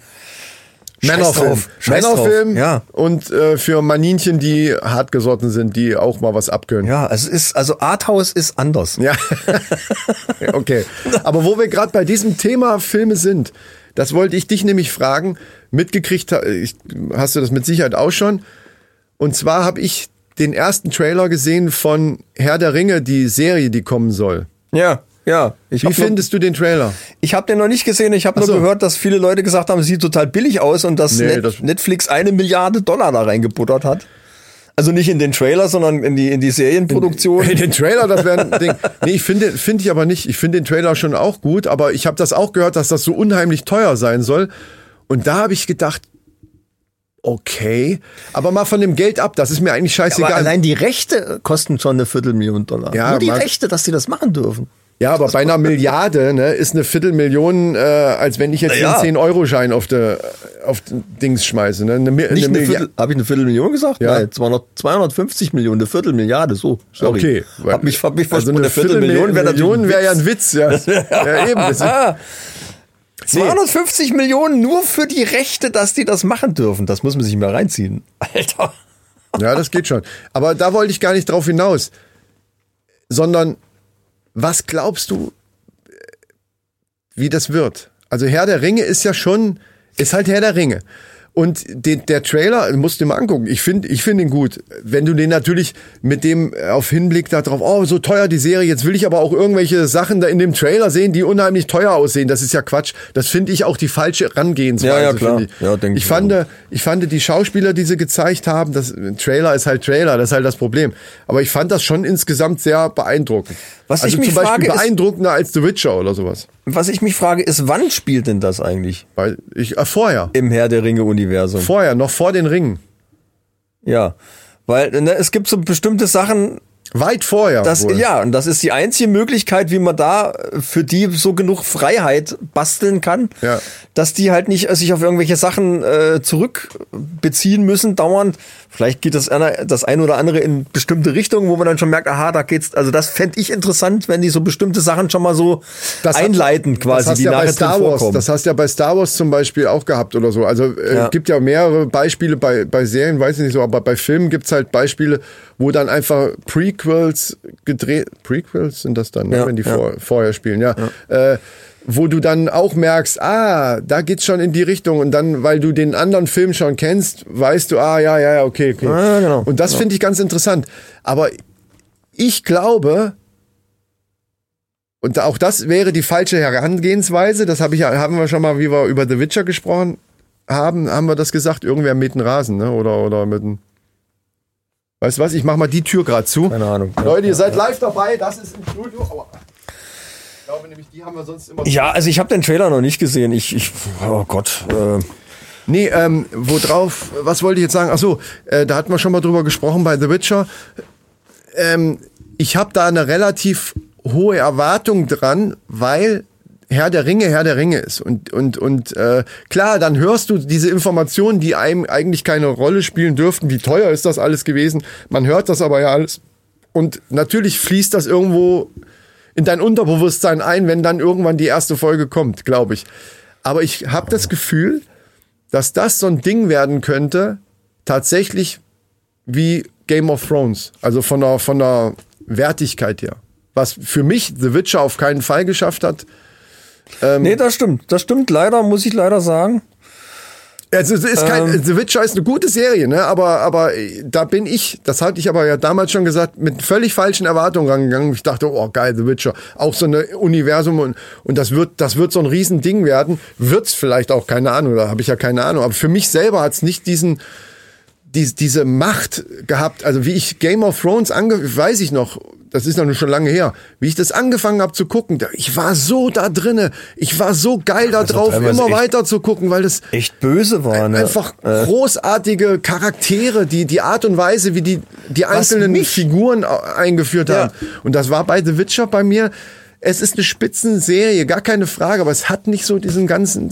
Männerfilm ja. Und für Maninchen, die hartgesotten sind, die auch mal was abkönnen. Ja, also Arthouse ist anders. Ja, okay. Aber wo wir gerade bei diesem Thema Filme sind, das wollte ich dich nämlich fragen, mitgekriegt, hast du das mit Sicherheit auch schon. Und zwar habe ich den ersten Trailer gesehen von Herr der Ringe, die Serie, die kommen soll. Ja. Ja, wie findest du den Trailer? Ich habe den noch nicht gesehen. Ich habe nur gehört, dass viele Leute gesagt haben, es sieht total billig aus und dass Netflix $1 Milliarde da reingebuttert hat. Also nicht in den Trailer, sondern in die Serienproduktion. In den Trailer, das wäre ein Ding. Nee, finde ich aber nicht. Ich finde den Trailer schon auch gut, aber ich habe das auch gehört, dass das so unheimlich teuer sein soll. Und da habe ich gedacht, okay, aber mal von dem Geld ab, das ist mir eigentlich scheißegal. Aber allein die Rechte kosten schon $250.000. Ja, nur die Rechte, dass die das machen dürfen. Ja, aber bei einer Milliarde, ne, ist eine Viertelmillion, als wenn ich jetzt einen 10-Euro-Schein auf Dings schmeiße. Ne? Habe ich eine Viertelmillion gesagt? Ja. Nein, 250 Millionen, eine Viertelmilliarde, so. Sorry. Okay. Hab mich also eine Viertelmillion wäre ja ein Witz. Ja, ja eben. 250 Millionen nur für die Rechte, dass die das machen dürfen. Das muss man sich mal reinziehen. Alter. Ja, das geht schon. Aber da wollte ich gar nicht drauf hinaus. Sondern was glaubst du, wie das wird? Also Herr der Ringe ist halt Herr der Ringe. Und der Trailer, musst du dir mal angucken, ich finde ihn gut. Wenn du den natürlich mit dem auf Hinblick darauf, oh, so teuer die Serie, jetzt will ich aber auch irgendwelche Sachen da in dem Trailer sehen, die unheimlich teuer aussehen. Das ist ja Quatsch. Das finde ich auch die falsche Herangehensweise. Ja, klar. Ich fand die Schauspieler, die sie gezeigt haben, Trailer ist halt Trailer, das ist halt das Problem. Aber ich fand das schon insgesamt sehr beeindruckend. Was ich mich zum Beispiel frage, beeindruckender als The Witcher oder sowas. Was ich mich frage, ist, wann spielt denn das eigentlich? Vorher. Im Herr der Ringe-Universum. Vorher, noch vor den Ringen. Ja, weil es gibt so bestimmte Sachen. Weit vorher. Und das ist die einzige Möglichkeit, wie man da für die so genug Freiheit basteln kann, dass die halt nicht sich auf irgendwelche Sachen zurückbeziehen müssen dauernd. Vielleicht geht das ein oder andere in bestimmte Richtungen, wo man dann schon merkt, aha, da geht's. Also das fände ich interessant, wenn die so bestimmte Sachen schon mal so einleiten quasi, die nachher drin vorkommen. Das hast du ja bei Star Wars zum Beispiel auch gehabt oder so. Also gibt ja mehrere Beispiele bei Serien, weiß ich nicht so, aber bei Filmen gibt's halt Beispiele, wo dann einfach Prequels gedreht, Prequels sind das dann, ne, wenn die vorher spielen, wo du dann auch merkst, da geht's schon in die Richtung und dann, weil du den anderen Film schon kennst, weißt du, okay. Ja, genau. Und das finde ich ganz interessant. Aber ich glaube, und auch das wäre die falsche Herangehensweise, das haben wir schon mal, wie wir über The Witcher gesprochen haben wir das gesagt, irgendwer mäht einen Rasen, ne, oder mit einem. Weißt du was, ich mach mal die Tür gerade zu. Keine Ahnung. Leute, ihr seid live dabei, das ist im Studio. Aua. Ich glaube nämlich, die haben wir sonst immer... Ja, also ich habe den Trailer noch nicht gesehen. Oh Gott. Nee, was wollte ich jetzt sagen? Achso, da hatten wir schon mal drüber gesprochen bei The Witcher. Ich habe da eine relativ hohe Erwartung dran, weil Herr der Ringe ist. Und klar, dann hörst du diese Informationen, die einem eigentlich keine Rolle spielen dürften. Wie teuer ist das alles gewesen? Man hört das aber ja alles. Und natürlich fließt das irgendwo in dein Unterbewusstsein ein, wenn dann irgendwann die erste Folge kommt, glaube ich. Aber ich habe das Gefühl, dass das so ein Ding werden könnte, tatsächlich wie Game of Thrones. Also von der Wertigkeit her. Was für mich The Witcher auf keinen Fall geschafft hat. Nee, das stimmt. Das stimmt leider, muss ich leider sagen. Also es ist The Witcher ist eine gute Serie, ne? Aber da bin ich, das hatte ich aber ja damals schon gesagt, mit völlig falschen Erwartungen rangegangen. Ich dachte, oh geil, The Witcher, auch so ein Universum und das wird so ein Riesending werden. Wird's vielleicht auch, keine Ahnung, da habe ich ja keine Ahnung. Aber für mich selber hat's nicht diese Macht gehabt. Also wie ich Game of Thrones weiß ich noch, das ist noch schon lange her, wie ich das angefangen habe zu gucken, ich war so da drinne, ich war so geil da drauf, immer weiter zu gucken, weil das echt böse war, ne? Einfach großartige Charaktere, die Art und Weise, wie die einzelnen Figuren eingeführt haben. Und das war bei The Witcher bei mir. Es ist eine Spitzenserie, gar keine Frage, aber es hat nicht so diesen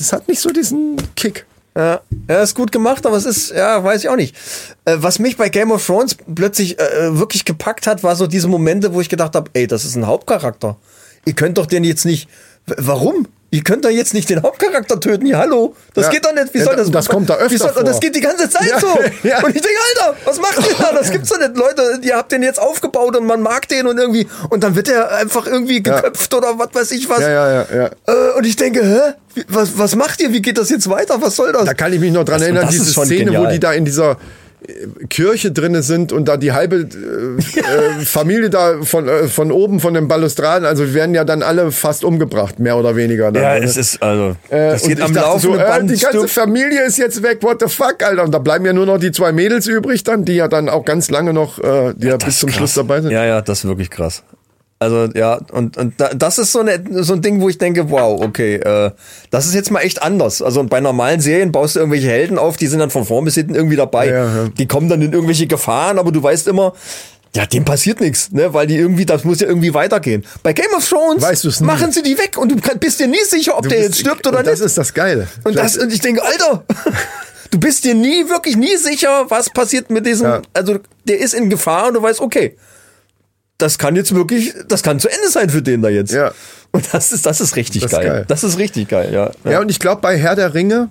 Kick. Ja, ist gut gemacht, aber es ist, weiß ich auch nicht. Was mich bei Game of Thrones plötzlich wirklich gepackt hat, war so diese Momente, wo ich gedacht habe, ey, das ist ein Hauptcharakter. Ihr könnt doch den jetzt nicht, warum? Ihr könnt doch jetzt nicht den Hauptcharakter töten, hier, hallo. Das geht doch nicht, wie soll das? Das kommt da öfter vor. Und das geht die ganze Zeit so. Ja. Und ich denke, Alter, was macht ihr da? Das gibt's doch nicht. Leute, ihr habt den jetzt aufgebaut und man mag den und irgendwie, und dann wird der einfach irgendwie geköpft oder was weiß ich was. Ja. Und ich denke, hä? Was macht ihr? Wie geht das jetzt weiter? Was soll das? Da kann ich mich noch dran erinnern, diese Szene, wo die da in dieser Kirche drinne sind und da die halbe Familie da von oben von den Balustraden, also werden ja dann alle fast umgebracht, mehr oder weniger. Dann, ja, es ist, also das geht am laufenden Band. Die ganze Familie ist jetzt weg, what the fuck, Alter. Und da bleiben ja nur noch die 2 Mädels übrig dann, die ja dann auch ganz lange noch, bis zum Schluss dabei sind. Ja, das ist wirklich krass. Also ja, und das ist so ein Ding, wo ich denke, wow, okay, das ist jetzt mal echt anders. Also bei normalen Serien baust du irgendwelche Helden auf, die sind dann von vorn bis hinten irgendwie dabei. Ja. Die kommen dann in irgendwelche Gefahren, aber du weißt immer, ja, dem passiert nichts, ne, weil die irgendwie, das muss ja irgendwie weitergehen. Bei Game of Thrones machen sie die weg und du bist dir nie sicher, ob der jetzt stirbt oder nicht. Das ist das Geile. Und ich denke, Alter, du bist dir wirklich nie sicher, was passiert mit diesem, also der ist in Gefahr und du weißt, okay, das kann zu Ende sein für den da jetzt. Ja. Und das ist richtig geil. Das ist richtig geil, ja. Ja, und ich glaube, bei Herr der Ringe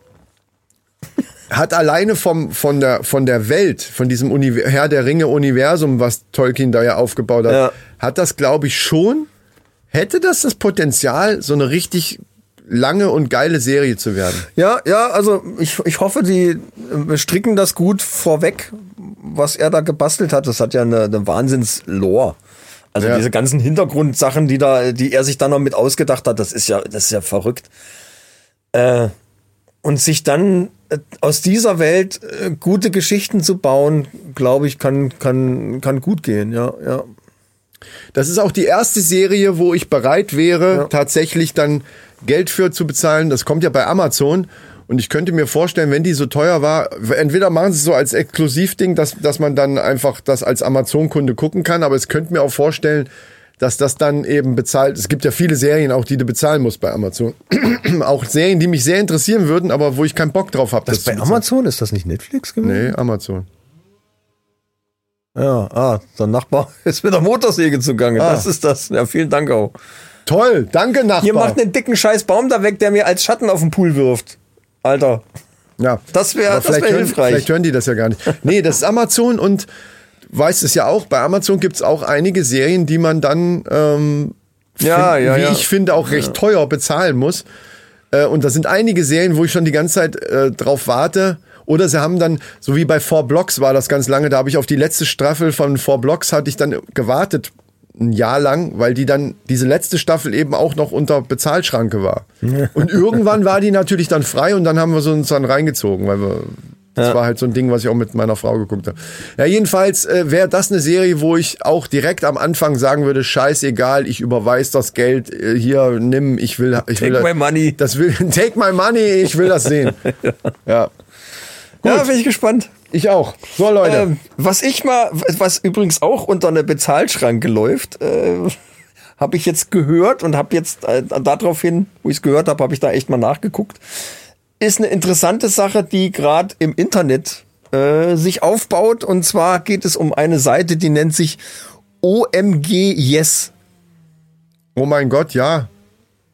hat alleine von der Welt, von diesem Herr der Ringe Universum, was Tolkien da ja aufgebaut hat, hat das, glaube ich, hätte das Potenzial, so eine richtig lange und geile Serie zu werden. Ja, also ich hoffe, die stricken das gut vorweg, was er da gebastelt hat. Das hat ja eine Wahnsinns-Lore. Also diese ganzen Hintergrundsachen, die er sich dann noch mit ausgedacht hat, das ist ja verrückt. Und sich dann aus dieser Welt gute Geschichten zu bauen, glaube ich, kann gut gehen, ja. Das ist auch die erste Serie, wo ich bereit wäre, tatsächlich dann Geld für zu bezahlen. Das kommt ja bei Amazon. Und ich könnte mir vorstellen, wenn die so teuer war, entweder machen sie es so als Exklusivding, dass man dann einfach das als Amazon-Kunde gucken kann. Aber ich könnte mir auch vorstellen, dass das dann eben bezahlt. Es gibt ja viele Serien auch, die du bezahlen musst bei Amazon. Auch Serien, die mich sehr interessieren würden, aber wo ich keinen Bock drauf habe. Das bei Amazon? Ist das nicht Netflix gewesen? Nee, Amazon. Ja, der Nachbar ist mit der Motorsäge zugange. Das ist das. Ja, vielen Dank auch. Toll, danke Nachbar. Ihr macht einen dicken scheiß Baum da weg, der mir als Schatten auf den Pool wirft. Alter. Ja. Das wäre hilfreich. Vielleicht hören die das ja gar nicht. Nee, das ist Amazon und weißt es ja auch, bei Amazon gibt's auch einige Serien, die man dann ich finde, auch recht teuer bezahlen muss. Und da sind einige Serien, wo ich schon die ganze Zeit drauf warte. Oder sie haben dann, so wie bei 4 Blocks war das ganz lange, da habe ich auf die letzte Staffel von 4 Blocks hatte ich dann gewartet, ein Jahr lang, weil die dann, diese letzte Staffel eben auch noch unter Bezahlschranke war. Und irgendwann war die natürlich dann frei und dann haben wir uns dann reingezogen, weil das war halt so ein Ding, was ich auch mit meiner Frau geguckt habe. Ja, jedenfalls wäre das eine Serie, wo ich auch direkt am Anfang sagen würde, scheißegal, ich überweise das Geld, hier, nimm, Take my money. Take my money, ich will das sehen. Ja. Gut. Ja, bin ich gespannt. Ich auch. So, Leute. Was übrigens auch unter eine Bezahlschranke läuft, habe ich jetzt gehört und habe jetzt daraufhin, wo ich es gehört habe, habe ich da echt mal nachgeguckt. Ist eine interessante Sache, die gerade im Internet sich aufbaut. Und zwar geht es um eine Seite, die nennt sich OMG Yes. Oh mein Gott, ja.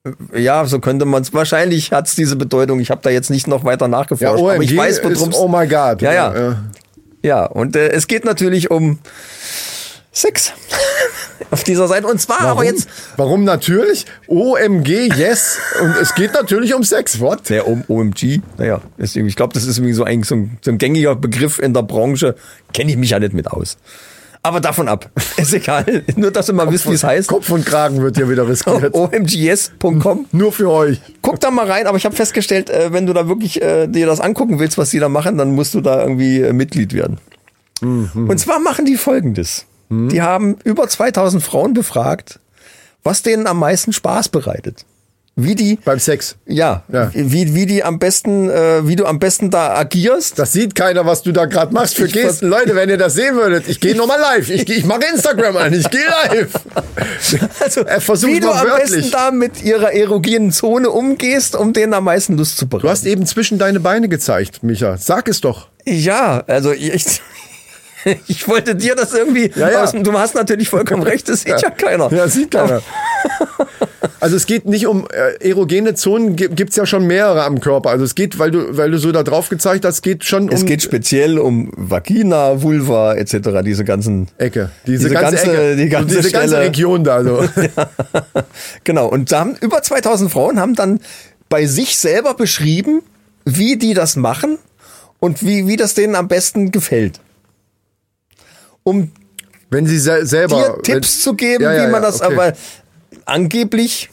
Ja, so könnte man es. Wahrscheinlich hat es diese Bedeutung. Ich habe da jetzt nicht noch weiter nachgeforscht. Ja, OMG aber ich weiß, worum ist, oh my God. Ja. Ja, und es geht natürlich um Sex auf dieser Seite. Und zwar aber jetzt... Warum natürlich? OMG, yes. Und es geht natürlich um Sex. What? Der OMG, naja, ich glaube, das ist irgendwie so ein gängiger Begriff in der Branche. Kenne ich mich ja nicht mit aus. Aber davon ab. Ist egal. Nur, dass ihr mal wisst, wie es heißt. Kopf und Kragen wird hier wieder riskiert. omgs.com. Nur für euch. Guck da mal rein, aber ich habe festgestellt, wenn du da wirklich dir das angucken willst, was die da machen, dann musst du da irgendwie Mitglied werden. Mhm. Und zwar machen die Folgendes. Mhm. Die haben über 2000 Frauen befragt, was denen am meisten Spaß bereitet. Wie die beim Sex. Ja. Wie die am besten, wie du am besten da agierst. Das sieht keiner, was du da gerade machst für Gesten. Leute, wenn ihr das sehen würdet, ich gehe nochmal live. Ich mache Instagram an, ich gehe live. Also, wie du am besten da mit ihrer erogenen Zone umgehst, um denen am meisten Lust zu bereiten. Du hast eben zwischen deine Beine gezeigt, Micha. Sag es doch. Ja, also ich wollte dir das irgendwie... Ja. Du hast natürlich vollkommen recht, das sieht ja keiner. Ja, sieht keiner. Also es geht nicht um erogene Zonen, gibt's ja schon mehrere am Körper. Also es geht, weil du so da drauf gezeigt hast, geht schon um... Es geht speziell um Vagina, Vulva etc., diese ganzen... Ecke. Diese ganze Region da. So. Ja. Genau, und da haben über 2000 Frauen haben dann bei sich selber beschrieben, wie die das machen und wie das denen am besten gefällt. Um wenn sie selber dir Tipps zu geben, wie man das, aber angeblich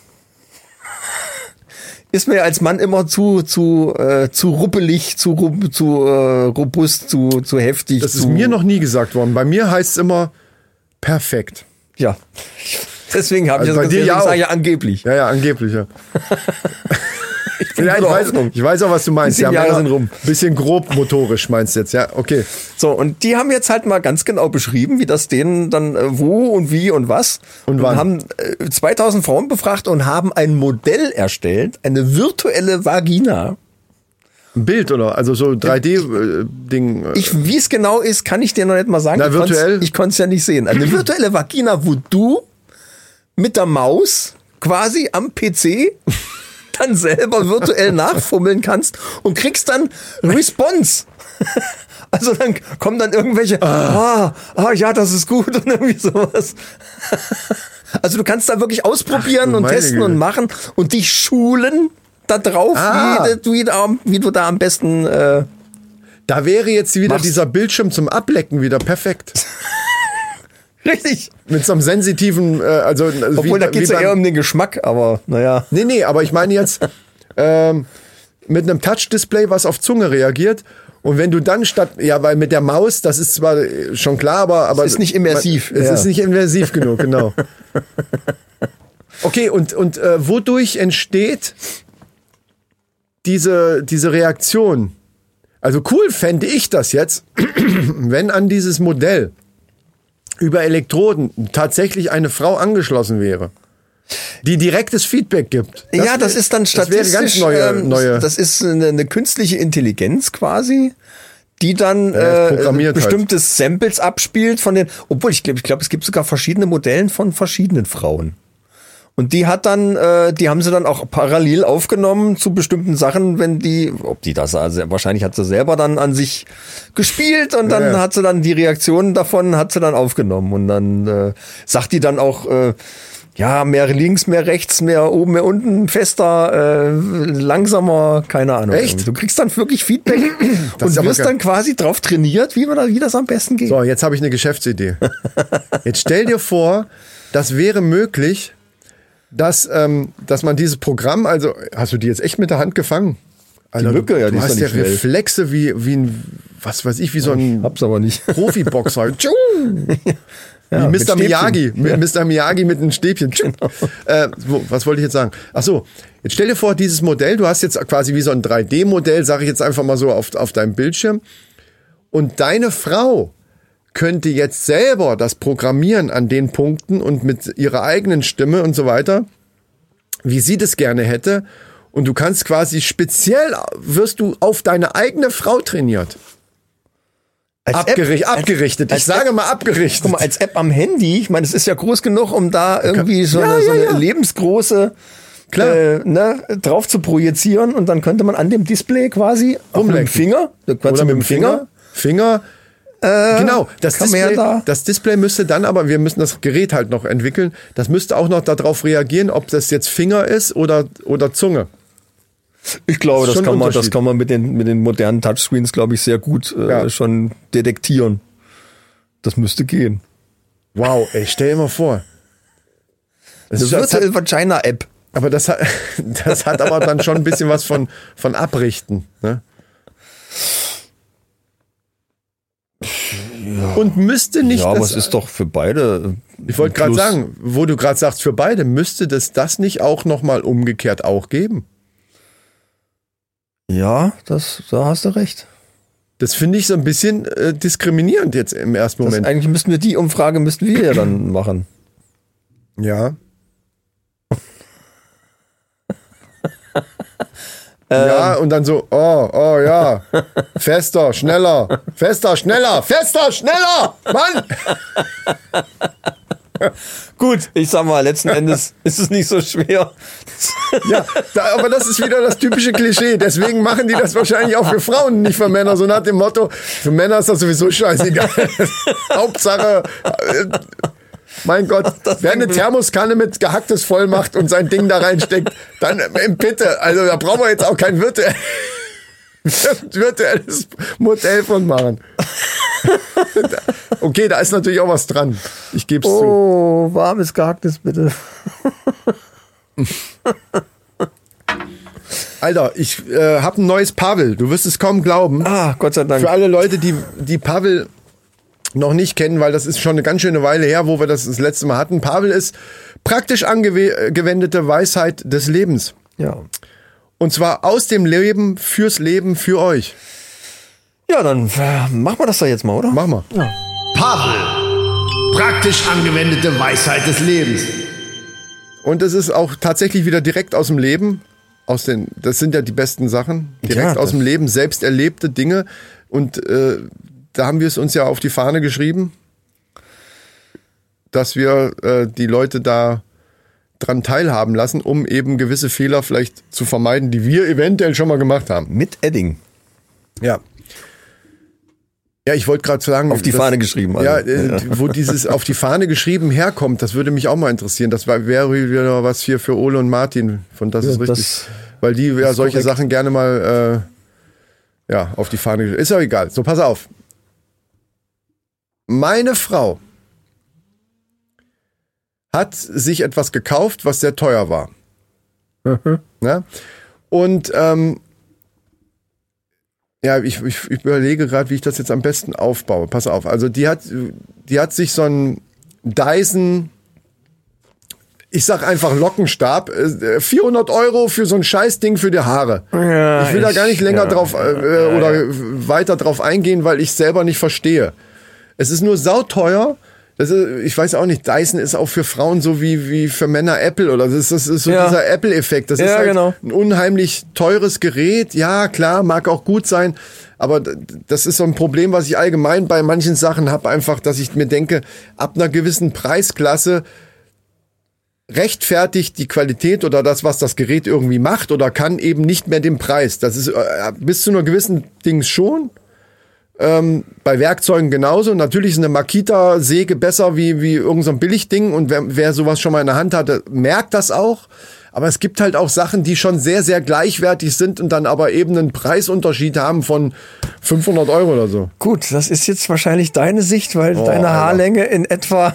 ist mir als Mann immer zu ruppelig, zu robust, zu heftig. Das ist mir noch nie gesagt worden. Bei mir heißt es immer perfekt. Ja. Deswegen habe ich das gesagt, ich sage ja angeblich. Ja, angeblich, ja. Ich weiß auch, was du meinst. Die Jahre sind rum. Bisschen grob motorisch meinst du jetzt, ja, okay. So, und die haben jetzt halt mal ganz genau beschrieben, wie das denen dann wo und wie und was. Und wann. Haben 2000 Frauen befragt und haben ein Modell erstellt, eine virtuelle Vagina. Ein Bild, oder? Also so 3D-Ding. Wie es genau ist, kann ich dir noch nicht mal sagen. Na, virtuell? Ich konnte es ja nicht sehen. Eine virtuelle Vagina, wo du mit der Maus quasi am PC dann selber virtuell nachfummeln kannst und kriegst dann Response. Also dann kommen dann irgendwelche, ja, das ist gut und irgendwie sowas. Also du kannst da wirklich ausprobieren und testen Güte. Und machen und dich schulen da drauf, wie du da am besten da wäre jetzt wieder machst. Dieser Bildschirm zum Ablecken wieder perfekt. Richtig. Mit so einem sensitiven, obwohl, da geht's ja eher um den Geschmack, aber naja. Nee, aber ich meine jetzt mit einem Touch-Display, was auf Zunge reagiert. Und wenn du dann weil mit der Maus, das ist zwar schon klar, aber es ist nicht immersiv. Es ist nicht immersiv genug, genau. Okay, und wodurch entsteht diese Reaktion? Also cool fände ich das jetzt, wenn an dieses Modell über Elektroden tatsächlich eine Frau angeschlossen wäre, die direktes Feedback gibt. Das ist dann statistisch. Das wäre ganz neue. Das ist eine künstliche Intelligenz quasi, die dann bestimmte Samples abspielt von den. Obwohl ich glaube, es gibt sogar verschiedene Modellen von verschiedenen Frauen. Und die haben sie dann auch parallel aufgenommen zu bestimmten Sachen, wahrscheinlich hat sie selber dann an sich gespielt und dann hat sie dann die Reaktionen davon, hat sie dann aufgenommen und dann sagt die dann auch, mehr links, mehr rechts, mehr oben, mehr unten, fester, langsamer, keine Ahnung. Echt? Du kriegst dann wirklich Feedback und wirst dann quasi drauf trainiert, wie das am besten geht. So, jetzt habe ich eine Geschäftsidee. Jetzt stell dir vor, das wäre möglich, dass man dieses Programm, also hast du die jetzt echt mit der Hand gefangen? Alter, die Mücke, du hast ja Reflexe wie ein, was weiß ich, wie so ein hab's aber nicht. Profiboxer. Wie Mr. Miyagi. Mr. Miyagi mit einem Stäbchen. Genau. Was wollte ich jetzt sagen? Ach so, jetzt stell dir vor, dieses Modell, du hast jetzt quasi wie so ein 3D-Modell, sage ich jetzt einfach mal so auf deinem Bildschirm. Und deine Frau könnte jetzt selber das programmieren an den Punkten und mit ihrer eigenen Stimme und so weiter, wie sie das gerne hätte. Und du kannst quasi wirst du auf deine eigene Frau trainiert. Abgerichtet. Ich sage mal abgerichtet. Guck mal, als App am Handy, ich meine, es ist ja groß genug, um da irgendwie so eine lebensgroße Klar. Drauf zu projizieren und dann könnte man an dem Display quasi auch mit dem Finger, Oder mit dem Finger. Genau, das Display müsste dann aber, wir müssen das Gerät halt noch entwickeln, das müsste auch noch darauf reagieren, ob das jetzt Finger ist oder Zunge. Ich glaube, das kann man mit den modernen Touchscreens, glaube ich, sehr gut schon detektieren. Das müsste gehen. Wow, ey, stell dir mal vor. Das ist Virtual Vagina App. Aber das hat aber dann schon ein bisschen was von Abrichten, ne? Ja. Und müsste nicht. Ja, aber es ist doch für beide. Ich wollte gerade sagen, wo du gerade sagst, für beide, müsste das nicht auch nochmal umgekehrt auch geben? Ja, da hast du recht. Das finde ich so ein bisschen diskriminierend jetzt im ersten Moment. Eigentlich müssten wir die Umfrage ja dann machen. Ja. Ja, und dann so, oh ja, fester, schneller, Mann! Gut, ich sag mal, letzten Endes ist es nicht so schwer. Ja, aber das ist wieder das typische Klischee. Deswegen machen die das wahrscheinlich auch für Frauen, nicht für Männer. So nach dem Motto, für Männer ist das sowieso scheißegal. Hauptsache, mein Gott, wer eine Thermoskanne mit Gehacktes voll macht und sein Ding da reinsteckt, dann bitte, also da brauchen wir jetzt auch kein virtuelles Modell von machen. Okay, da ist natürlich auch was dran. Ich gebe es zu. Oh, warmes Gehacktes bitte. Alter, ich habe ein neues Pavel. Du wirst es kaum glauben. Ah, Gott sei Dank. Für alle Leute, die Pavel noch nicht kennen, weil das ist schon eine ganz schöne Weile her, wo wir das letzte Mal hatten. Pavel ist praktisch angewendete Weisheit des Lebens. Ja. Und zwar aus dem Leben, fürs Leben, für euch. Ja, dann machen wir das doch jetzt mal, oder? Mach mal. Ja. Pavel. Praktisch angewendete Weisheit des Lebens. Und es ist auch tatsächlich wieder direkt aus dem Leben. Das sind ja die besten Sachen. Direkt aus dem Leben, selbst erlebte Dinge. Und da haben wir es uns ja auf die Fahne geschrieben, dass wir die Leute da dran teilhaben lassen, um eben gewisse Fehler vielleicht zu vermeiden, die wir eventuell schon mal gemacht haben. Mit Edding. Ja. Ja, ich wollte gerade sagen... Auf die Fahne geschrieben. Also. Ja, wo dieses auf die Fahne geschrieben herkommt, das würde mich auch mal interessieren. Das wäre wieder was für Ole und Martin, von das ist richtig. Weil die ja solche korrekt. Sachen gerne mal auf die Fahne... Ist ja egal. So, pass auf. Meine Frau hat sich etwas gekauft, was sehr teuer war. Ja? Und ich überlege gerade, wie ich das jetzt am besten aufbaue. Pass auf, also die hat sich so einen Dyson, ich sag einfach Lockenstab, 400 € für so ein Scheißding für die Haare. Ja, ich will da gar nicht länger drauf oder weiter drauf eingehen, weil ich selber nicht verstehe. Es ist nur sauteuer. Ich weiß auch nicht, Dyson ist auch für Frauen so wie für Männer Apple oder das ist so dieser Apple-Effekt. Das ist halt ein unheimlich teures Gerät. Ja, klar, mag auch gut sein, aber das ist so ein Problem, was ich allgemein bei manchen Sachen habe, einfach, dass ich mir denke, ab einer gewissen Preisklasse rechtfertigt die Qualität oder das, was das Gerät irgendwie macht oder kann, eben nicht mehr den Preis. Das ist bis zu einer gewissen Dings schon. Bei Werkzeugen genauso. Natürlich ist eine Makita-Säge besser wie irgend so ein Billigding und wer sowas schon mal in der Hand hatte, merkt das auch. Aber es gibt halt auch Sachen, die schon sehr, sehr gleichwertig sind und dann aber eben einen Preisunterschied haben von 500 € oder so. Gut, das ist jetzt wahrscheinlich deine Sicht, weil deine Haarlänge in etwa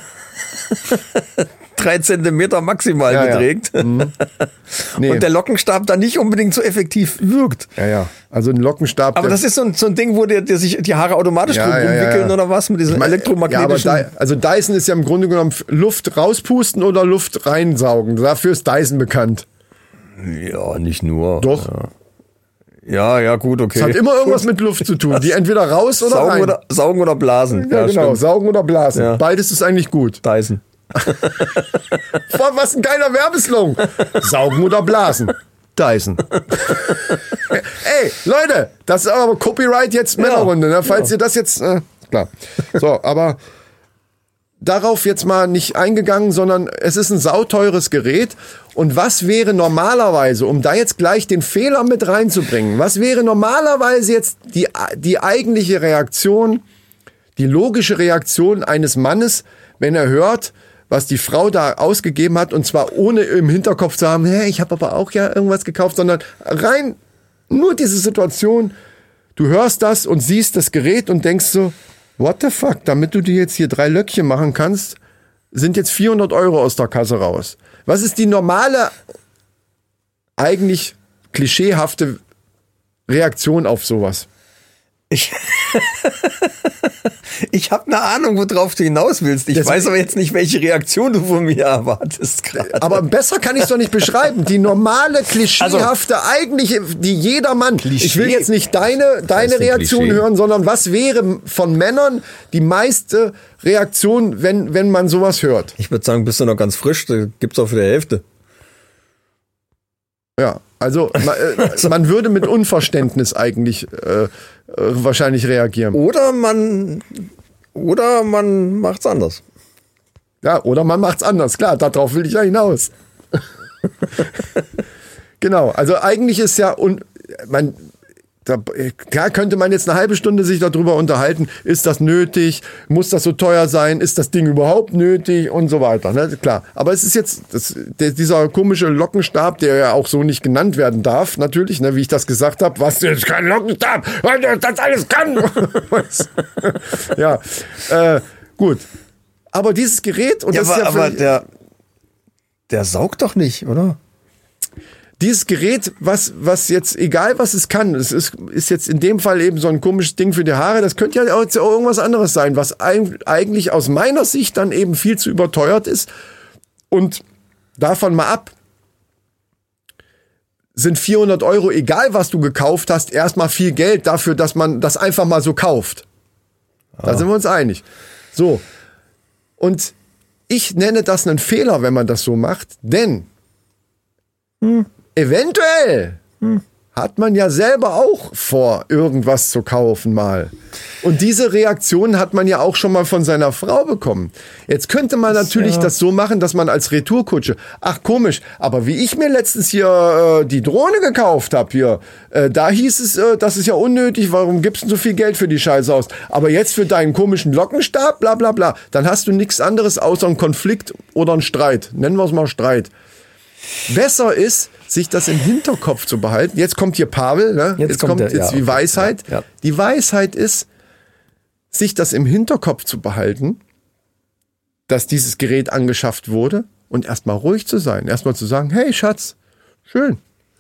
3 Zentimeter maximal beträgt. Ja. Mhm. Nee. Und der Lockenstab dann nicht unbedingt so effektiv wirkt. Ja. Also ein Lockenstab. Aber das ist so ein Ding, wo der sich die Haare automatisch drum rumwickeln oder was mit diesem elektromagnetischen. Ja, aber also Dyson ist ja im Grunde genommen Luft rauspusten oder Luft reinsaugen. Dafür ist Dyson bekannt. Ja, nicht nur. Doch. Ja, gut, okay. Es hat immer irgendwas mit Luft zu tun. Die entweder raus oder rein. Saugen oder blasen. Ja, genau. Stimmt. Saugen oder blasen. Ja. Beides ist eigentlich gut. Dyson. Was ein geiler Werbeslogan. Saugen oder blasen. Dyson. Ey, Leute, das ist aber Copyright jetzt Männerrunde, ne? Falls ihr das jetzt... klar. So, aber darauf jetzt mal nicht eingegangen, sondern es ist ein sauteures Gerät. Und was wäre normalerweise, um da jetzt gleich den Fehler mit reinzubringen, was wäre normalerweise jetzt die eigentliche Reaktion, die logische Reaktion eines Mannes, wenn er hört, was die Frau da ausgegeben hat, und zwar ohne im Hinterkopf zu haben, hey, ich habe aber auch ja irgendwas gekauft, sondern rein nur diese Situation, du hörst das und siehst das Gerät und denkst so, what the fuck, damit du dir jetzt hier 3 Löckchen machen kannst, sind jetzt 400 € aus der Kasse raus. Was ist die normale, eigentlich klischeehafte Reaktion auf sowas? Ich habe eine Ahnung, worauf du hinaus willst. Ich weiß aber jetzt nicht, welche Reaktion du von mir erwartest gerade. Aber besser kann ich es doch nicht beschreiben. Die normale, klischeehafte, eigentliche, die jedermann. Ich will jetzt nicht deine Reaktion hören, sondern was wäre von Männern die meiste Reaktion, wenn man sowas hört? Ich würde sagen, bist du noch ganz frisch, da gibt's auch für die Hälfte. Ja, also man würde mit Unverständnis eigentlich wahrscheinlich reagieren. Oder man macht's anders. Ja, oder man macht's anders. Klar, darauf will ich ja hinaus. Genau, also eigentlich ist ja, klar könnte man jetzt eine halbe Stunde sich darüber unterhalten, ist das nötig, muss das so teuer sein, ist das Ding überhaupt nötig und so weiter, ne? Klar. Aber es ist jetzt dieser komische Lockenstab, der ja auch so nicht genannt werden darf, natürlich, ne, wie ich das gesagt habe, was ist kein Lockenstab, weil das alles kann. Ja, gut. Aber dieses Gerät, und Ja, das ist ja aber der saugt doch nicht, oder? Dieses Gerät, was jetzt, egal was es kann, es ist jetzt in dem Fall eben so ein komisches Ding für die Haare, das könnte ja auch irgendwas anderes sein, was eigentlich aus meiner Sicht dann eben viel zu überteuert ist. Und davon mal ab, sind 400 €, egal was du gekauft hast, erstmal viel Geld dafür, dass man das einfach mal so kauft. Da sind wir uns einig. So. Und ich nenne das einen Fehler, wenn man das so macht, denn eventuell hat man ja selber auch vor, irgendwas zu kaufen mal. Und diese Reaktion hat man ja auch schon mal von seiner Frau bekommen. Jetzt könnte man natürlich das so machen, dass man als Retourkutsche, ach komisch, aber wie ich mir letztens hier die Drohne gekauft habe hier, da hieß es, das ist ja unnötig, warum gibst du so viel Geld für die Scheiße aus? Aber jetzt für deinen komischen Lockenstab, bla bla bla, dann hast du nichts anderes außer einen Konflikt oder einen Streit. Nennen wir es mal Streit. Besser ist, sich das im Hinterkopf zu behalten. Jetzt kommt hier Pavel, ne? Jetzt kommt die Weisheit. Ja. Die Weisheit ist, sich das im Hinterkopf zu behalten, dass dieses Gerät angeschafft wurde und erstmal ruhig zu sein. Erstmal zu sagen, hey Schatz, schön.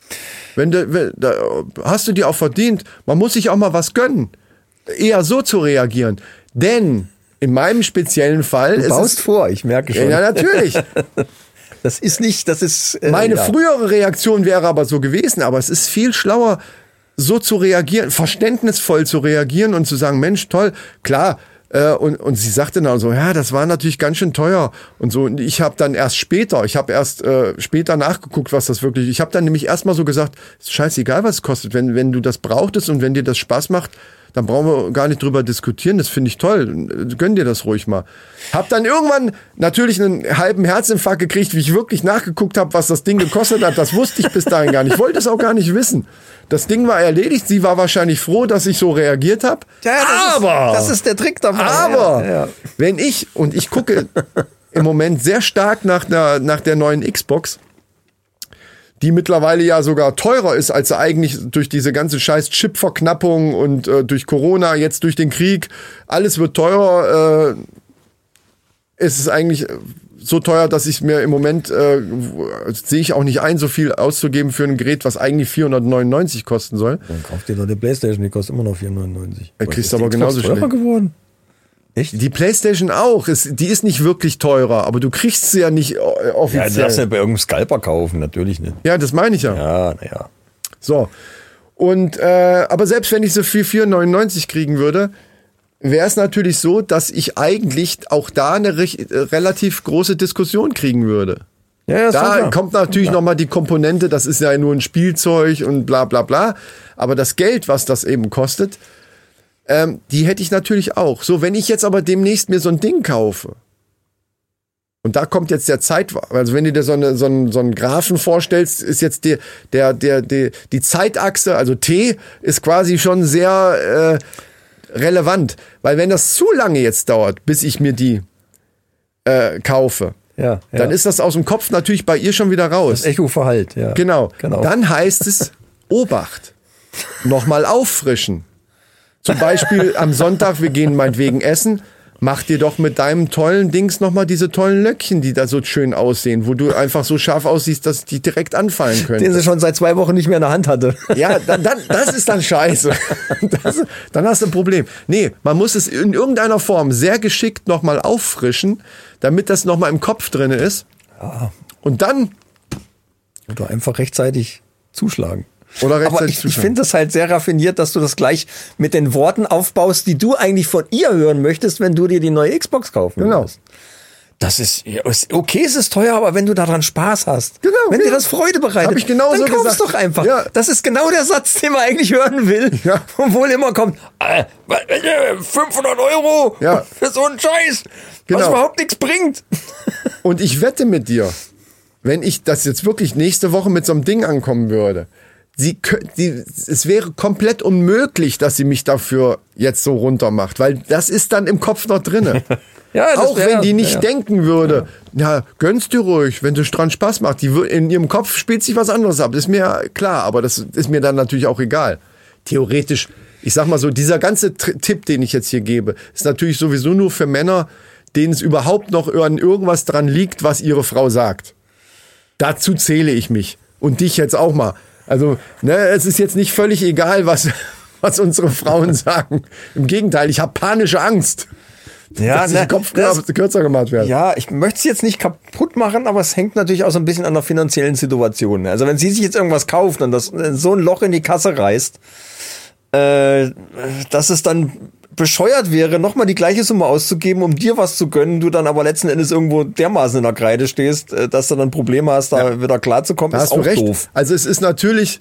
Da hast du dir auch verdient. Man muss sich auch mal was gönnen. Eher so zu reagieren. Denn in meinem speziellen Fall... Du baust vor, ich merke schon. Ja, natürlich. Das ist nicht, das ist... Meine frühere Reaktion wäre aber so gewesen, aber es ist viel schlauer, so zu reagieren, verständnisvoll zu reagieren und zu sagen, Mensch, toll, klar. Und sie sagte dann so, ja, das war natürlich ganz schön teuer und so. Und ich habe dann erst später nachgeguckt, was das wirklich... Ich habe dann nämlich erstmal so gesagt, ist scheißegal, was es kostet. Wenn du das brauchtest und wenn dir das Spaß macht, dann brauchen wir gar nicht drüber diskutieren. Das finde ich toll. Gönn dir das ruhig mal. Hab dann irgendwann natürlich einen halben Herzinfarkt gekriegt, wie ich wirklich nachgeguckt habe, was das Ding gekostet hat. Das wusste ich bis dahin gar nicht. Ich wollte es auch gar nicht wissen. Das Ding war erledigt. Sie war wahrscheinlich froh, dass ich so reagiert habe. Ja, das ist der Trick dabei. Aber wenn ich gucke im Moment sehr stark nach der neuen Xbox, die mittlerweile ja sogar teurer ist, als sie eigentlich durch diese ganze scheiß Chip-Verknappung und durch Corona, jetzt durch den Krieg, alles wird teurer. Es ist eigentlich so teuer, dass ich mir im Moment, sehe ich auch nicht ein, so viel auszugeben für ein Gerät, was eigentlich 499 kosten soll. Dann kauf dir doch eine Playstation, die kostet immer noch 499. Kriegst aber genauso schlecht. Geworden? Echt? Die Playstation auch. Die ist nicht wirklich teurer, aber du kriegst sie ja nicht offiziell. Ja, du darfst ja bei irgendeinem Scalper kaufen, natürlich nicht. Ja, das meine ich ja. Ja, naja. So. Und, aber selbst wenn ich so viel 4,99 kriegen würde, wäre es natürlich so, dass ich eigentlich auch da eine relativ große Diskussion kriegen würde. Ja, da kommt natürlich nochmal die Komponente, das ist ja nur ein Spielzeug und bla bla bla. Aber das Geld, was das eben kostet, die hätte ich natürlich auch. So, wenn ich jetzt aber demnächst mir so ein Ding kaufe, Und da kommt jetzt der also wenn du dir so einen Graphen vorstellst, ist jetzt die Zeitachse, also T, ist quasi schon sehr relevant. Weil wenn das zu lange jetzt dauert, bis ich mir die kaufe, dann ist das aus dem Kopf natürlich bei ihr schon wieder raus. Das Echo-Verhalt, ja. Genau. Dann heißt es, Obacht, nochmal auffrischen. Zum Beispiel am Sonntag, wir gehen meinetwegen essen, mach dir doch mit deinem tollen Dings nochmal diese tollen Löckchen, die da so schön aussehen, wo du einfach so scharf aussiehst, dass die direkt anfallen können. Den sie schon seit 2 Wochen nicht mehr in der Hand hatte. Ja, das ist dann scheiße. Dann hast du ein Problem. Nee, man muss es in irgendeiner Form sehr geschickt nochmal auffrischen, damit das nochmal im Kopf drin ist. Ja. Und dann... Oder einfach rechtzeitig zuschlagen. Aber ich finde das halt sehr raffiniert, dass du das gleich mit den Worten aufbaust, die du eigentlich von ihr hören möchtest, wenn du dir die neue Xbox kaufen willst. Das ist, okay, es ist teuer, aber wenn du daran Spaß hast, wenn dir das Freude bereitet, hab ich genauso dann kauf's gesagt. doch einfach. Ja. Das ist genau der Satz, den man eigentlich hören will. Ja. Obwohl immer kommt, 500 Euro für so einen Scheiß, was überhaupt nichts bringt. Und ich wette mit dir, wenn ich das jetzt wirklich nächste Woche mit so einem Ding ankommen würde, es wäre komplett unmöglich, dass sie mich dafür jetzt so runter macht, weil das ist dann im Kopf noch drinne. Auch wenn die nicht denken würde, gönnst du ruhig, wenn es dran Spaß macht. In ihrem Kopf spielt sich was anderes ab, ist mir klar, aber das ist mir dann natürlich auch egal. Theoretisch, ich sag mal so, dieser ganze Tipp, den ich jetzt hier gebe, ist natürlich sowieso nur für Männer, denen es überhaupt noch an irgendwas dran liegt, was ihre Frau sagt. Dazu zähle ich mich. Und dich jetzt auch mal. Also, es ist jetzt nicht völlig egal, was unsere Frauen sagen. Im Gegenteil, ich habe panische Angst, dass die Kopf kürzer gemacht werden. Ja, ich möchte es jetzt nicht kaputt machen, aber es hängt natürlich auch so ein bisschen an der finanziellen Situation. Also wenn sie sich jetzt irgendwas kauft und das so ein Loch in die Kasse reißt, dass es dann bescheuert wäre, nochmal die gleiche Summe auszugeben, um dir was zu gönnen, du dann aber letzten Endes irgendwo dermaßen in der Kreide stehst, dass du dann Probleme hast, da wieder klarzukommen, ist auch doof. Also es ist natürlich,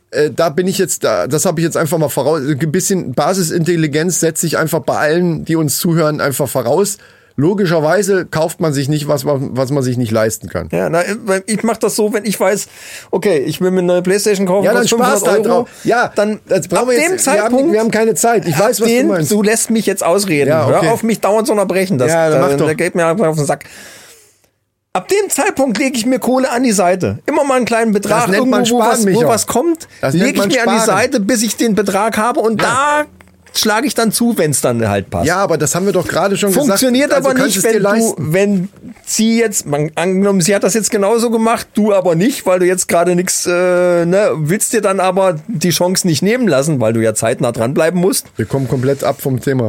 das habe ich jetzt einfach mal voraus, ein bisschen Basisintelligenz setze ich einfach bei allen, die uns zuhören, einfach voraus. Logischerweise kauft man sich nicht was man sich nicht leisten kann. Ja, ich mache das so, wenn ich weiß, okay, ich will mir eine Playstation kaufen, dann sparst halt drauf. Ja, dann das brauchen wir jetzt. Wir haben keine Zeit. Ich weiß, was du meinst. Du lässt mich jetzt ausreden. Ja, okay. Hör auf, mich dauernd zu unterbrechen. Der geht mir einfach auf den Sack. Ab dem Zeitpunkt lege ich mir Kohle an die Seite. Immer mal einen kleinen Betrag, irgendwo, wo was kommt, lege ich mir an die Seite, bis ich den Betrag habe und da schlage ich dann zu, wenn es dann halt passt. Ja, aber das haben wir doch gerade schon Funktioniert gesagt. Funktioniert aber nicht, wenn sie jetzt, angenommen, sie hat das jetzt genauso gemacht, du aber nicht, weil du jetzt gerade nichts, willst dir dann aber die Chance nicht nehmen lassen, weil du ja zeitnah dranbleiben musst. Wir kommen komplett ab vom Thema.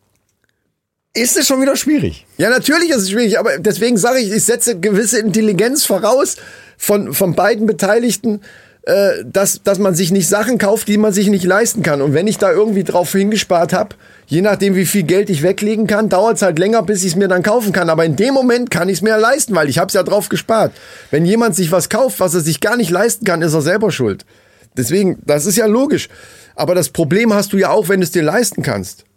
Ist es schon wieder schwierig? Ja, natürlich ist es schwierig, aber deswegen sage ich setze gewisse Intelligenz voraus von beiden Beteiligten, dass man sich nicht Sachen kauft, die man sich nicht leisten kann. Und wenn ich da irgendwie drauf hingespart habe, je nachdem wie viel Geld ich weglegen kann, dauert es halt länger, bis ich es mir dann kaufen kann. Aber in dem Moment kann ich es mir ja leisten, weil ich habe es ja drauf gespart. Wenn jemand sich was kauft, was er sich gar nicht leisten kann, ist er selber schuld. Deswegen, das ist ja logisch. Aber das Problem hast du ja auch, wenn du es dir leisten kannst.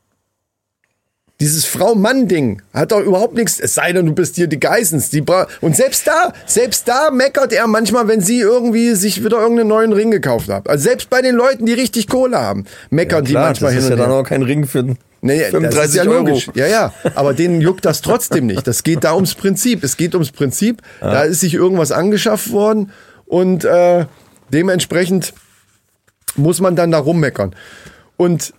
Dieses Frau-Mann-Ding hat doch überhaupt nichts, es sei denn, du bist hier die Geissens. Und selbst da meckert er manchmal, wenn sie irgendwie sich wieder irgendeinen neuen Ring gekauft hat. Also selbst bei den Leuten, die richtig Kohle haben, meckern die manchmal hin und her. Das ist ja dann auch kein Ring für 35 ja Euro. Logisch. Ja, aber denen juckt das trotzdem nicht. Das geht da ums Prinzip. Es geht ums Prinzip. Ja. Da ist sich irgendwas angeschafft worden und dementsprechend muss man dann da rummeckern. Und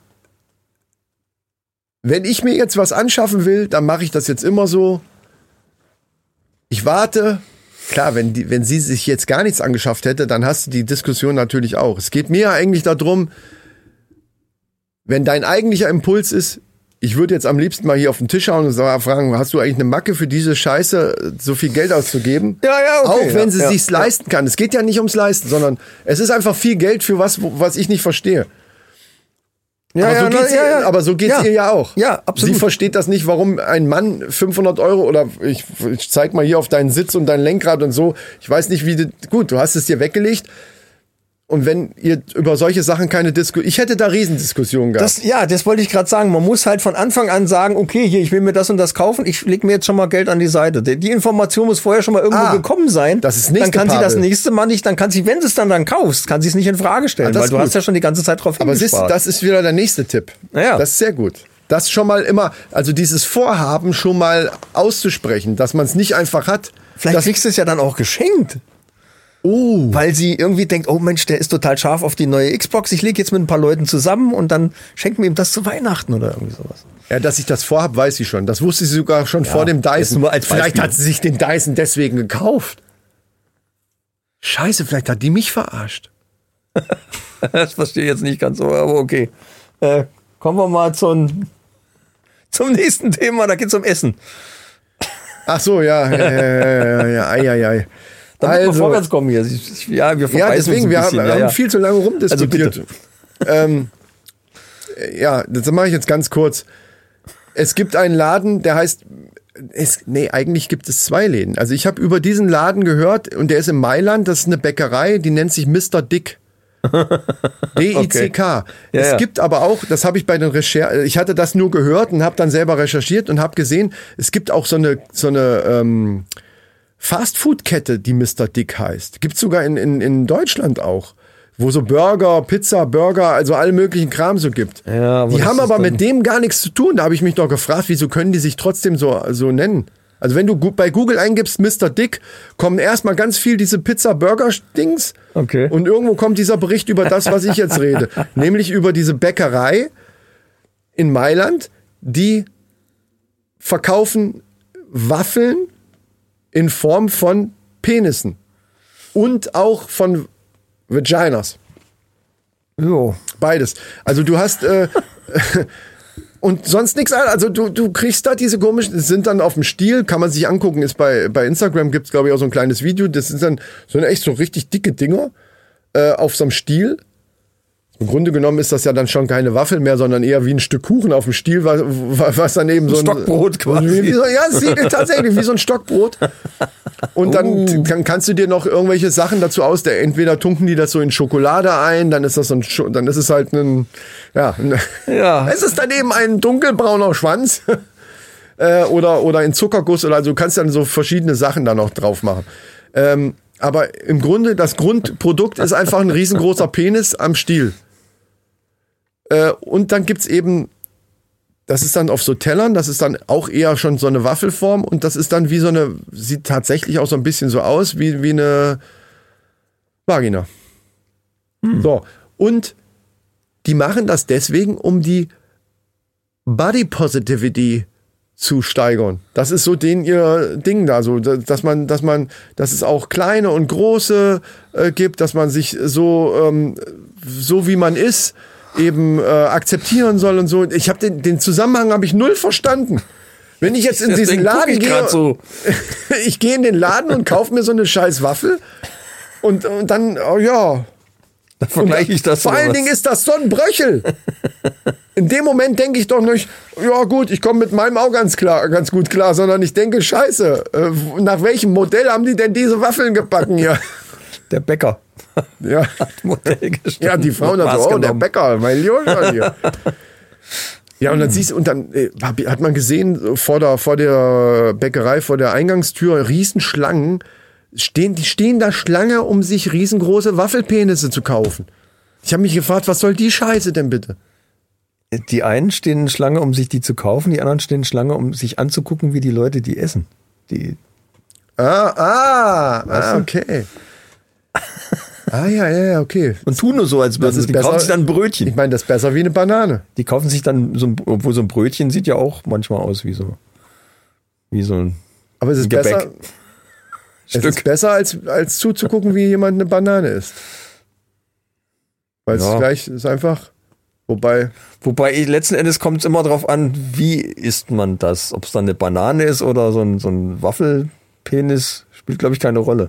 wenn ich mir jetzt was anschaffen will, dann mache ich das jetzt immer so. Ich warte. Klar, wenn sie sich jetzt gar nichts angeschafft hätte, dann hast du die Diskussion natürlich auch. Es geht mir eigentlich darum, wenn dein eigentlicher Impuls ist, ich würde jetzt am liebsten mal hier auf den Tisch hauen und fragen, hast du eigentlich eine Macke für diese Scheiße, so viel Geld auszugeben? Ja, okay. Auch wenn sie sich's leisten kann. Es geht ja nicht ums Leisten, sondern es ist einfach viel Geld für was ich nicht verstehe. Aber so geht's ihr ja auch. Ja, absolut. Sie versteht das nicht, warum ein Mann 500 Euro oder ich zeig mal hier auf deinen Sitz und dein Lenkrad und so. Ich weiß nicht, gut, du hast es dir weggelegt. Und wenn ihr über solche Sachen keine Diskussion... Ich hätte da Riesendiskussionen gehabt. Das wollte ich gerade sagen. Man muss halt von Anfang an sagen, okay, hier, ich will mir das und das kaufen, ich leg mir jetzt schon mal Geld an die Seite. Die Information muss vorher schon mal irgendwo gekommen sein. Das ist dann kann sie das nächste Mal nicht, dann kann sie, wenn sie es dann kaufst, kann sie es nicht in Frage stellen, weil du hast ja schon die ganze Zeit drauf hingespart. Aber das ist wieder der nächste Tipp. Ja. Das ist sehr gut. Das schon mal immer, also dieses Vorhaben schon mal auszusprechen, dass man es nicht einfach hat. Vielleicht kriegst du es ja dann auch geschenkt. Weil sie irgendwie denkt, oh Mensch, der ist total scharf auf die neue Xbox, ich lege jetzt mit ein paar Leuten zusammen und dann schenken wir ihm das zu Weihnachten oder irgendwie sowas. Ja, dass ich das vorhab, weiß sie schon. Das wusste sie sogar schon vor dem Dyson. Nur als vielleicht Beispiel. hat sie sich den Dyson deswegen gekauft. Scheiße, vielleicht hat die mich verarscht. Das verstehe ich jetzt nicht ganz so, aber okay. Kommen wir mal zum nächsten Thema, da geht's um Essen. Ach so, ja. Ei. Damit wir vorwärts kommen hier. Wir deswegen, wir haben viel zu lange rumdiskutiert. Das mache ich jetzt ganz kurz. Es gibt einen Laden, der heißt... eigentlich gibt es 2 Läden. Also ich habe über diesen Laden gehört und der ist in Mailand, das ist eine Bäckerei, die nennt sich Mr. Dick. D-I-C-K. Okay. Es gibt aber auch, das habe ich bei den Recherchen, ich hatte das nur gehört und habe dann selber recherchiert und habe gesehen, es gibt auch so eine Fastfood-Kette, die Mr. Dick heißt. Gibt's sogar in Deutschland auch. Wo so Burger, Pizza, Burger, also alle möglichen Kram so gibt. Ja, die haben aber mit dem gar nichts zu tun. Da habe ich mich doch gefragt, wieso können die sich trotzdem so nennen? Also wenn du bei Google eingibst Mr. Dick, kommen erstmal ganz viel diese Pizza-Burger-Dings. Okay. Und irgendwo kommt dieser Bericht über das, was ich jetzt rede. Nämlich über diese Bäckerei in Mailand, die verkaufen Waffeln in Form von Penissen. Und auch von Vaginas. Jo. Beides. Also du hast und sonst nichts. Also du kriegst da diese komischen, sind dann auf dem Stiel, kann man sich angucken, ist bei Instagram gibt's glaube ich auch so ein kleines Video, das sind dann so echt so richtig dicke Dinger auf so einem Stiel. Im Grunde genommen ist das ja dann schon keine Waffel mehr, sondern eher wie ein Stück Kuchen auf dem Stiel, was dann eben so ein Stockbrot quasi. Es sieht tatsächlich wie so ein Stockbrot. Und dann kannst du dir noch irgendwelche Sachen dazu entweder tunken die das so in Schokolade ein, dann ist das dann ist es halt es ist dann eben ein dunkelbrauner Schwanz oder in Zuckerguss oder also du kannst dann so verschiedene Sachen da noch drauf machen. Aber im Grunde, das Grundprodukt ist einfach ein riesengroßer Penis am Stiel. Und dann gibt's eben, das ist dann auf so Tellern, das ist dann auch eher schon so eine Waffelform und das ist dann wie so eine, sieht tatsächlich auch so ein bisschen so aus, wie eine Vagina. So, und die machen das deswegen, um die Body Positivity zu steigern. Das ist so ihr Ding da, so, dass es auch kleine und große gibt, dass man sich so wie man ist, eben akzeptieren soll und so. Ich habe den Zusammenhang habe ich null verstanden. Wenn ich jetzt in diesen Laden gehe, so. Ich gehe in den Laden und kaufe mir so eine scheiß Waffel und dann, dann vergleiche ich das. Vor allen Dingen ist das so ein Bröchel. In dem Moment denke ich doch nicht, ja gut, ich komme mit meinem auch ganz gut klar, sondern ich denke, scheiße, nach welchem Modell haben die denn diese Waffeln gebacken hier? Der Bäcker. Ja. Hat Modell gestellt. Ja, die Frauen dann so, der Bäcker, mein Junge hier. Ja, und dann siehst du, und dann hat man gesehen, vor der Bäckerei, vor der Eingangstür, Riesenschlangen, die stehen da Schlange, um sich riesengroße Waffelpenisse zu kaufen. Ich habe mich gefragt, was soll die Scheiße denn bitte? Die einen stehen Schlange, um sich die zu kaufen, die anderen stehen Schlange, um sich anzugucken, wie die Leute die essen. Okay. Ja, okay. Und tun nur so, als würden sie. Die kaufen sich dann ein Brötchen. Ich meine, das ist besser wie eine Banane. Die kaufen sich dann obwohl so ein Brötchen sieht ja auch manchmal aus wie so ein Aber es ist Gebäck. besser. Es ist besser, als zuzugucken, wie jemand eine Banane isst. Weil es gleich ist einfach. Wobei letzten Endes kommt es immer drauf an, wie isst man das. Ob es dann eine Banane ist oder so ein Waffelpenis, spielt, glaube ich, keine Rolle.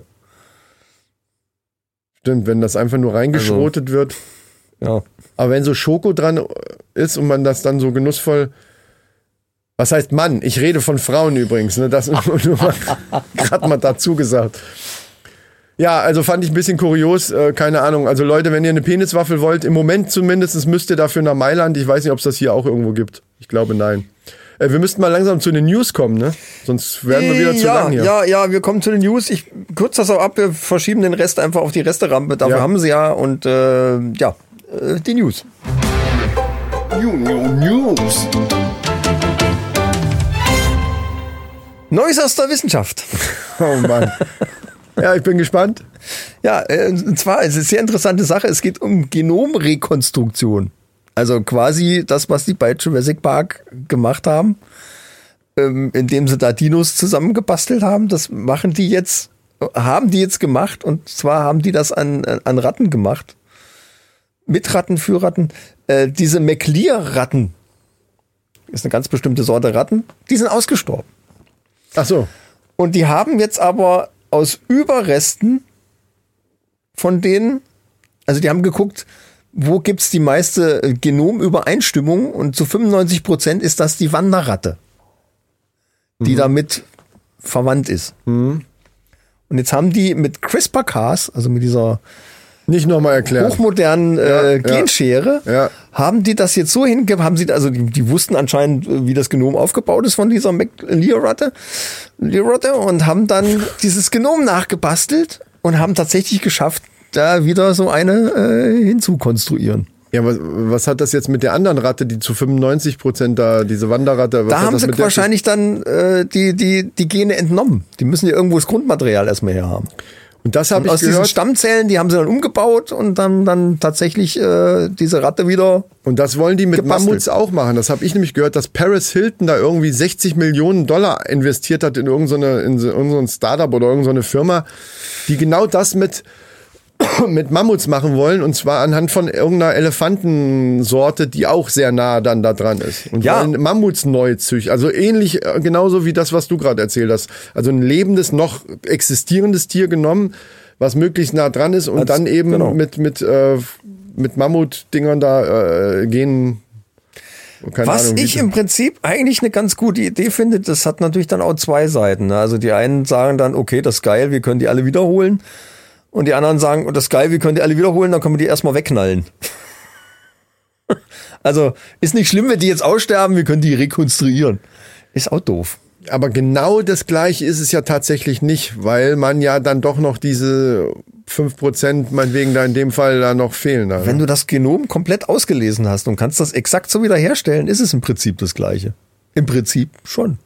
Stimmt, wenn das einfach nur reingeschrotet wird. Ja. Aber wenn so Schoko dran ist und man das dann so genussvoll. Was heißt Mann? Ich rede von Frauen übrigens, ne? Das nur gerade mal dazu gesagt. Ja, also fand ich ein bisschen kurios, keine Ahnung. Also Leute, wenn ihr eine Peniswaffel wollt, im Moment zumindest müsst ihr dafür nach Mailand. Ich weiß nicht, ob es das hier auch irgendwo gibt. Ich glaube, nein. Wir müssten mal langsam zu den News kommen, ne? Sonst werden wir wieder zu lang hier. Ja, wir kommen zu den News. Ich kürze das auch ab, wir verschieben den Rest einfach auf die Resterampe. Dafür haben sie ja und die News. News. Neues aus der Wissenschaft. Oh Mann. Ja, ich bin gespannt. Ja, und zwar, es ist eine sehr interessante Sache. Es geht um Genomrekonstruktion. Also quasi das, was die bei Jurassic Park gemacht haben, indem sie da Dinos zusammengebastelt haben. Das haben die jetzt gemacht. Und zwar haben die das an Ratten gemacht. Mit Ratten, für Ratten. Diese McLear-Ratten, ist eine ganz bestimmte Sorte Ratten, die sind ausgestorben. Ach so. Und die haben jetzt aber aus Überresten von denen, also die haben geguckt, wo gibt's die meiste Genomübereinstimmung, und zu 95% ist das die Wanderratte, die damit verwandt ist. Und jetzt haben die mit CRISPR-Cas, also mit dieser nicht nochmal erklären. Hochmodernen Genschere, haben die das jetzt so hingegeben, die wussten anscheinend, wie das Genom aufgebaut ist von dieser McLear-Ratte und haben dann dieses Genom nachgebastelt und haben tatsächlich geschafft, da wieder so eine hinzukonstruieren. Ja, was hat das jetzt mit der anderen Ratte, die zu 95% da, diese Wanderratte? Da haben sie wahrscheinlich dann die Gene entnommen. Die müssen ja irgendwo das Grundmaterial erstmal her haben. Und das habe ich aus gehört. Diesen Stammzellen, die haben sie dann umgebaut und dann tatsächlich diese Ratte wieder. Und das wollen die mit gebastelt. Mammuts auch machen. Das habe ich nämlich gehört, dass Paris Hilton da irgendwie $60 Millionen investiert hat in irgendein Startup oder irgendeine Firma, die genau das mit Mammuts machen wollen, und zwar anhand von irgendeiner Elefantensorte, die auch sehr nah dann da dran ist. Und wollen Mammuts neu züchten. Also ähnlich, genauso wie das, was du gerade erzählt hast. Also ein lebendes, noch existierendes Tier genommen, was möglichst nah dran ist, und dann eben mit Mammut-Dingern da gehen. Was ich im Prinzip eigentlich eine ganz gute Idee finde, das hat natürlich dann auch zwei Seiten. Also die einen sagen dann, okay, das ist geil, wir können die alle wiederholen. Und die anderen sagen, das ist geil, wir können die alle wiederholen, dann können wir die erstmal wegknallen. Also ist nicht schlimm, wenn die jetzt aussterben, wir können die rekonstruieren. Ist auch doof. Aber genau das Gleiche ist es ja tatsächlich nicht, weil man ja dann doch noch diese 5% meinetwegen da in dem Fall da noch fehlen. Da, wenn du das Genom komplett ausgelesen hast und kannst das exakt so wieder herstellen, ist es im Prinzip das Gleiche. Im Prinzip schon.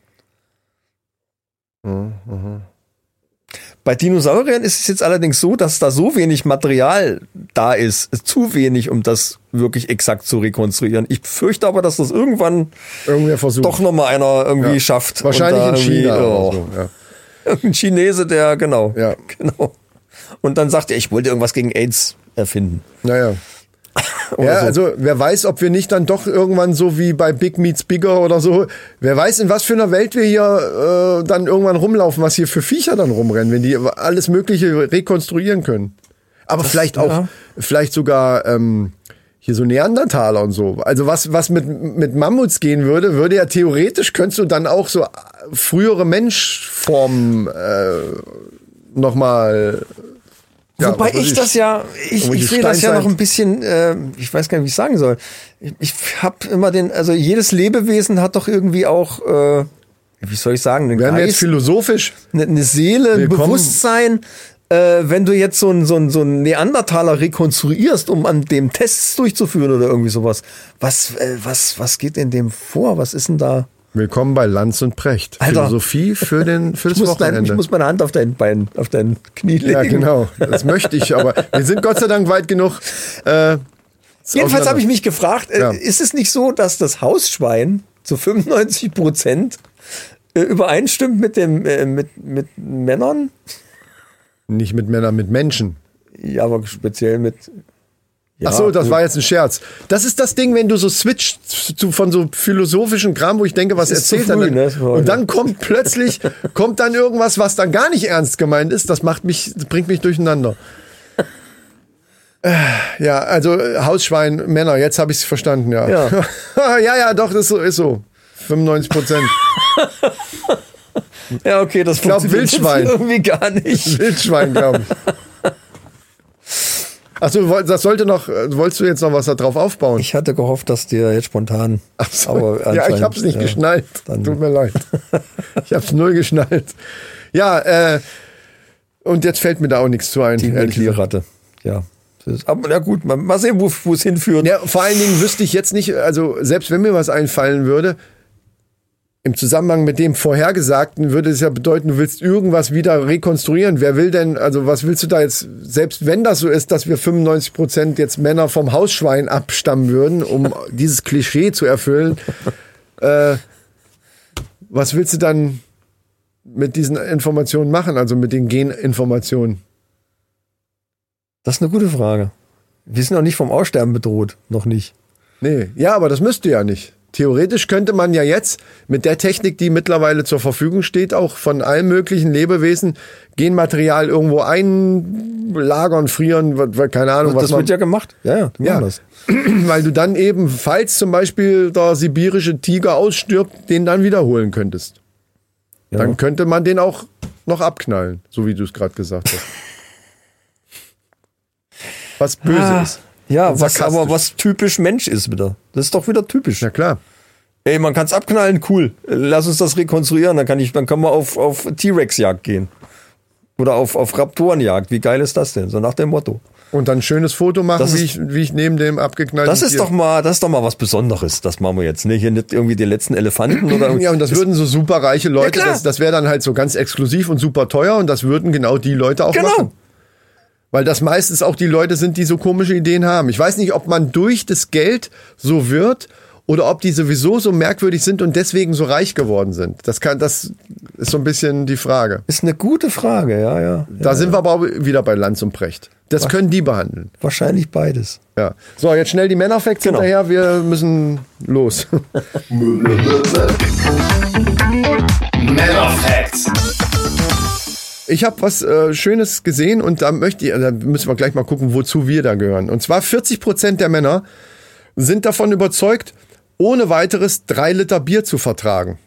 Bei Dinosauriern ist es jetzt allerdings so, dass da so wenig Material da ist, zu wenig, um das wirklich exakt zu rekonstruieren. Ich fürchte aber, dass das irgendwann doch nochmal einer irgendwie schafft. Wahrscheinlich in China. Oder so, Ein Chinese, der, genau. Und dann sagt er, ich wollte irgendwas gegen AIDS erfinden. Naja. Ja, also wer weiß, ob wir nicht dann doch irgendwann so wie bei Big Meets Bigger oder so, wer weiß, in was für einer Welt wir hier dann irgendwann rumlaufen, was hier für Viecher dann rumrennen, wenn die alles Mögliche rekonstruieren können. Aber das, vielleicht sogar hier so Neandertaler und so. Also was mit Mammuts gehen würde ja theoretisch, könntest du dann auch so frühere Menschformen nochmal... Ja, wobei ich das ich sehe das ja noch ein bisschen, ich weiß gar nicht, wie ich sagen soll. Ich habe immer also jedes Lebewesen hat doch irgendwie auch, wie soll ich sagen, einen Geist, wir jetzt philosophisch, eine Seele, ein Bewusstsein. Wenn du jetzt so einen Neandertaler rekonstruierst, um an dem Tests durchzuführen oder irgendwie sowas, was geht in dem vor? Was ist denn da? Willkommen bei Lanz und Precht. Alter. Philosophie fürs Wochenende. Ich muss meine Hand auf dein Bein, auf dein Knie legen. Ja, genau. Das möchte ich, aber wir sind Gott sei Dank weit genug. Jedenfalls habe ich mich gefragt, ist es nicht so, dass das Hausschwein zu 95% übereinstimmt mit Männern? Nicht mit Männern, mit Menschen. Ja, aber speziell mit... Ja, ach so, das war jetzt ein Scherz. Das ist das Ding, wenn du so switcht von so philosophischen Kram, wo ich denke, was erzählt er denn? Und dann kommt dann irgendwas, was dann gar nicht ernst gemeint ist. Das bringt mich durcheinander. Ja, also Hausschwein, Männer, jetzt habe ich es verstanden, ja. Ja, doch, das ist so. 95%. Ja, okay, das glaub, Wildschwein. irgendwie gar nicht. Wildschwein, glaube ich. Achso, das sollte noch, wolltest du jetzt noch was da drauf aufbauen? Ich hatte gehofft, dass dir jetzt spontan. Ach so, ja, ich hab's nicht geschnallt. Tut mir leid. Ich hab's null geschnallt. Ja, und jetzt fällt mir da auch nichts zu ein. Die Klierratte. Ja. Aber na gut, mal sehen, wo es hinführt. Ja, vor allen Dingen wüsste ich jetzt nicht, also selbst wenn mir was einfallen würde, im Zusammenhang mit dem Vorhergesagten würde es ja bedeuten, du willst irgendwas wieder rekonstruieren. Wer will denn, also was willst du da jetzt, selbst wenn das so ist, dass wir 95% jetzt Männer vom Hausschwein abstammen würden, um dieses Klischee zu erfüllen, was willst du dann mit diesen Informationen machen, also mit den Geninformationen? Das ist eine gute Frage. Wir sind noch nicht vom Aussterben bedroht. Noch nicht. Nee, ja, aber das müsste ja nicht. Theoretisch könnte man ja jetzt mit der Technik, die mittlerweile zur Verfügung steht, auch von allen möglichen Lebewesen Genmaterial irgendwo einlagern, frieren, keine Ahnung. Das wird ja gemacht. Ja, die machen das. Weil du dann eben, falls zum Beispiel der sibirische Tiger ausstirbt, den dann wiederholen könntest. Ja. Dann könnte man den auch noch abknallen, so wie du es gerade gesagt hast. Was böse ist. Ja, was typisch Mensch ist wieder. Das ist doch wieder typisch. Ja, klar. Ey, man kann es abknallen, cool. Lass uns das rekonstruieren, dann kann man auf T-Rex-Jagd gehen. Oder auf Raptorenjagd. Wie geil ist das denn? So nach dem Motto. Und dann ein schönes Foto machen, wie ich neben dem abgeknallten Das ist doch mal was Besonderes. Das machen wir jetzt. Ne? Hier nicht irgendwie die letzten Elefanten oder ja, und das würden so super reiche Leute, das wäre dann halt so ganz exklusiv und super teuer und das würden genau die Leute auch machen. Weil das meistens auch die Leute sind, die so komische Ideen haben. Ich weiß nicht, ob man durch das Geld so wird oder ob die sowieso so merkwürdig sind und deswegen so reich geworden sind. Das ist so ein bisschen die Frage. Ist eine gute Frage, ja. Da sind wir aber auch wieder bei Lanz und Precht. Das können die behandeln. Wahrscheinlich beides. Ja. So, jetzt schnell die Männerfacts hinterher. Wir müssen los. Männerfacts. Ich habe was Schönes gesehen und da müssen wir gleich mal gucken, wozu wir da gehören. Und zwar 40% der Männer sind davon überzeugt, ohne weiteres 3 Liter Bier zu vertragen.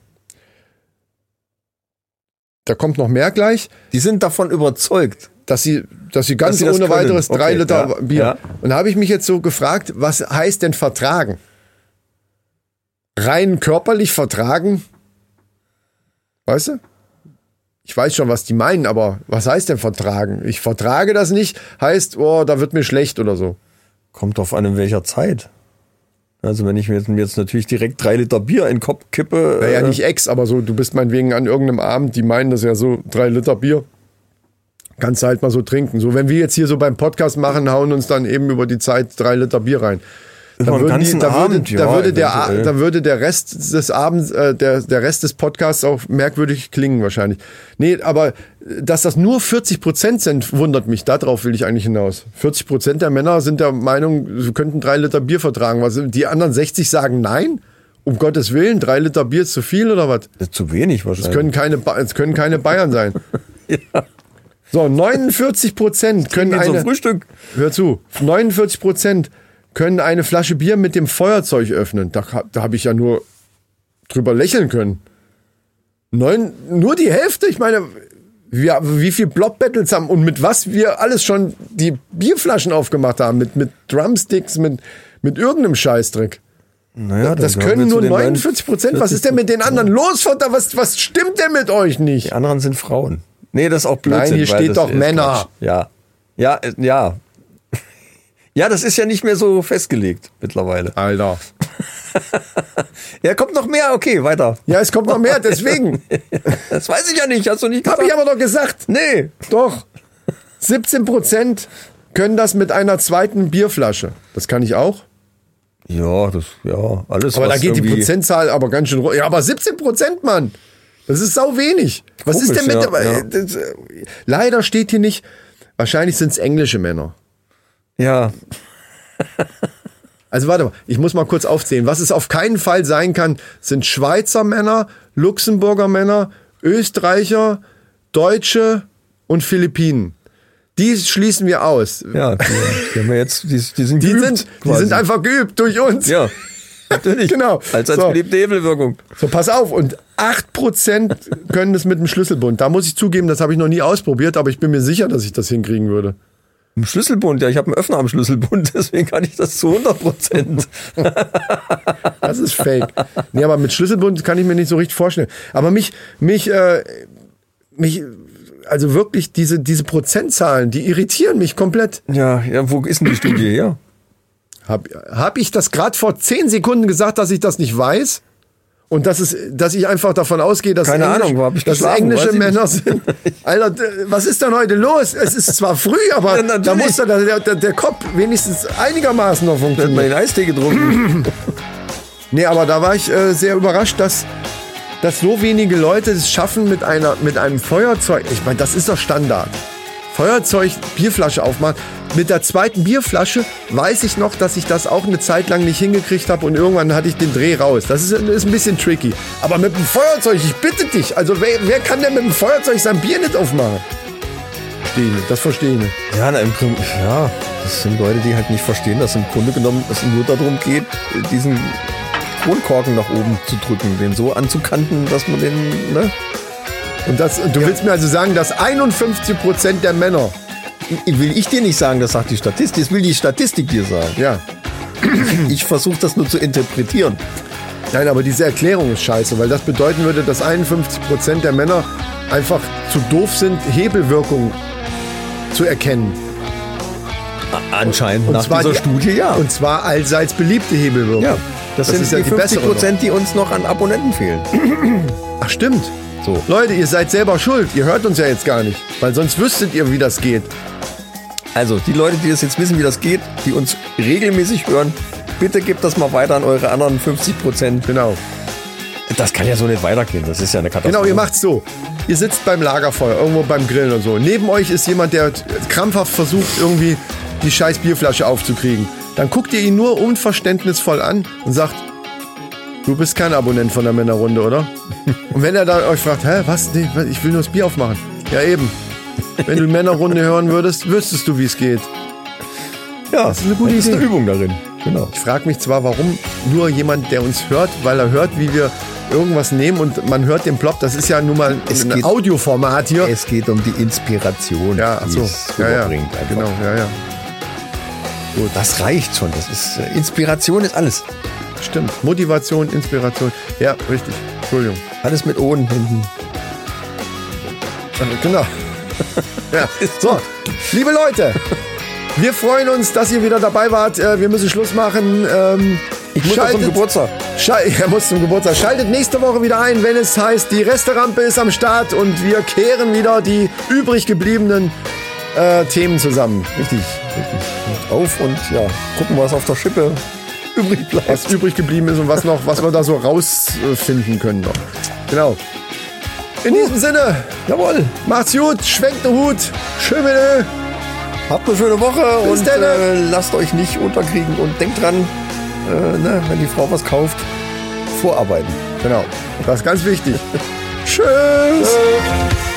Da kommt noch mehr gleich. Die sind davon überzeugt, dass sie ganz ohne weiteres 3 Liter Bier. Ja. Und da habe ich mich jetzt so gefragt, was heißt denn vertragen? Rein körperlich vertragen? Weißt du? Ich weiß schon, was die meinen, aber was heißt denn vertragen? Ich vertrage das nicht, heißt, da wird mir schlecht oder so. Kommt drauf an, in welcher Zeit. Also wenn ich mir jetzt natürlich direkt 3 Liter Bier in den Kopf kippe. Naja, nicht aber so, du bist meinetwegen an irgendeinem Abend, die meinen das ja so, 3 Liter Bier. Kannst du halt mal so trinken. So, wenn wir jetzt hier so beim Podcast machen, hauen uns dann eben über die Zeit 3 Liter Bier rein. Da würde der Rest des Abends, der Rest des Podcasts auch merkwürdig klingen wahrscheinlich. Nee, aber dass das nur 40% sind, wundert mich. Darauf will ich eigentlich hinaus. 40% der Männer sind der Meinung, sie könnten 3 Liter Bier vertragen. Was, die anderen 60 sagen nein? Um Gottes Willen, 3 Liter Bier ist zu viel oder was? Das ist zu wenig wahrscheinlich. Es können keine Bayern sein. Ja. So, 49% können Frühstück. Hör zu, 49% können eine Flasche Bier mit dem Feuerzeug öffnen. Da habe ich ja nur drüber lächeln können. Nur die Hälfte? Ich meine, wie viel Blob-Battles haben und mit was wir alles schon die Bierflaschen aufgemacht haben. Mit Drumsticks, mit irgendeinem Scheißdreck. Naja, das können nur 49%. Was ist denn mit den anderen los, Vater? Was stimmt denn mit euch nicht? Die anderen sind Frauen. Nee, das ist auch Blödsinn. Nein, hier steht doch Männer. Quatsch. Ja. Ja, das ist ja nicht mehr so festgelegt mittlerweile. Alter. Ja, kommt noch mehr? Okay, weiter. Ja, es kommt noch mehr, deswegen. Das weiß ich ja nicht, hast du nicht gesagt? Hab ich aber doch gesagt. Nee. Doch. 17% können das mit einer zweiten Bierflasche. Das kann ich auch. Ja, alles. Aber da geht die Prozentzahl aber ganz schön runter. Ja, aber 17%, Mann. Das ist sau wenig. Was komisch, ist denn mit das, leider steht hier nicht, wahrscheinlich sind es englische Männer. Ja. Also warte mal, ich muss mal kurz aufzählen. Was es auf keinen Fall sein kann, sind Schweizer Männer, Luxemburger Männer, Österreicher, Deutsche und Philippinen. Die schließen wir aus. Ja, die haben wir jetzt, die sind geübt. Die sind einfach geübt durch uns. Ja, natürlich. Genau. Als beliebte Hebelwirkung. So, pass auf. Und 8% können das mit dem Schlüsselbund. Da muss ich zugeben, das habe ich noch nie ausprobiert, aber ich bin mir sicher, dass ich das hinkriegen würde. Im Schlüsselbund, ja, ich habe einen Öffner am Schlüsselbund, deswegen kann ich das zu 100%. Das ist fake. Nee, aber mit Schlüsselbund kann ich mir nicht so richtig vorstellen. Aber mich, also wirklich diese Prozentzahlen, die irritieren mich komplett. Ja, wo ist denn die Studie, ja? Hab ich das gerade vor 10 Sekunden gesagt, dass ich das nicht weiß? Und dass ich einfach davon ausgehe, dass, Keine Ahnung, wo hab ich geschlafen? englische Weiß ich Männer nicht. sind. Alter, was ist denn heute los? Es ist zwar früh, aber Ja, da natürlich. muss der Kopf wenigstens einigermaßen noch Da hat man funktionieren. den Eistee getrunken. Nee, aber da war ich sehr überrascht, dass so wenige Leute es schaffen mit einem Feuerzeug. Ich meine, das ist doch Standard. Feuerzeug, Bierflasche aufmachen. Mit der zweiten Bierflasche weiß ich noch, dass ich das auch eine Zeit lang nicht hingekriegt habe und irgendwann hatte ich den Dreh raus. Das ist ein bisschen tricky. Aber mit dem Feuerzeug, ich bitte dich. Also wer kann denn mit dem Feuerzeug sein Bier nicht aufmachen? Das verstehe ich nicht. Ja, ja, das sind Leute, die halt nicht verstehen, dass im Grunde genommen es nur darum geht, diesen Kronkorken nach oben zu drücken, den so anzukanten, dass man den, ne? Und du willst mir also sagen, dass 51% der Männer, Will ich dir nicht sagen, das sagt die Statistik, das will die Statistik dir sagen. ja, Ich versuche das nur zu interpretieren. nein, aber diese Erklärung ist scheiße, weil das bedeuten würde, dass 51% der Männer einfach zu doof sind, Hebelwirkung zu erkennen. Anscheinend nach zwar dieser Studie, ja. Und zwar allseits beliebte Hebelwirkung. Ja, das sind ist ja die bessere 50%, die uns noch an Abonnenten fehlen. Ach, stimmt. So. Leute, ihr seid selber schuld. Ihr hört uns ja jetzt gar nicht, weil sonst wüsstet ihr, wie das geht. Also, die Leute, die das jetzt wissen, wie das geht, die uns regelmäßig hören, bitte gebt das mal weiter an eure anderen 50%. Genau. Das kann ja so nicht weitergehen, das ist ja eine Katastrophe. Genau, ihr macht's so. Ihr sitzt beim Lagerfeuer, irgendwo beim Grillen oder so. Neben euch ist jemand, der krampfhaft versucht, irgendwie die scheiß Bierflasche aufzukriegen. Dann guckt ihr ihn nur unverständnisvoll an und sagt, du bist kein Abonnent von der Männerrunde, oder? Und wenn er da euch fragt, hä, was? Nee, ich will nur das Bier aufmachen. Ja, eben. Wenn du Männerrunde hören würdest, wüsstest du, wie es geht. Ja, das ist eine gute das ist Idee. eine Übung darin. Genau. Ich frage mich zwar, warum nur jemand, der uns hört, weil er hört, wie wir irgendwas nehmen und man hört den Plop. Das ist ja nun mal ein Audioformat hier. Es geht um die Inspiration, Ja, ach die so. es Ja, rüberbringt. einfach. genau, ja. Gut, das reicht schon. Das ist, Inspiration ist alles. Stimmt. Motivation, Inspiration. Ja, richtig. Entschuldigung. Alles mit O hinten. Genau. Ja. So, liebe Leute, wir freuen uns, dass ihr wieder dabei wart. Wir müssen Schluss machen. Ich muss zum Geburtstag. Er muss zum Geburtstag. Schaltet nächste Woche wieder ein, wenn es heißt, die Resterampe ist am Start und wir kehren wieder die übrig gebliebenen Themen zusammen. Richtig. Auf und ja, gucken, was auf der Schippe übrig bleibt. Was übrig geblieben ist und was wir da so rausfinden können noch. Genau. In diesem Sinne, Jawohl. macht's gut, schwenkt den Hut, schön mit Ö. Habt eine schöne Woche Bis und dann. lasst euch nicht unterkriegen und denkt dran, wenn die Frau was kauft, vorarbeiten. Genau, das ist ganz wichtig. Tschüss.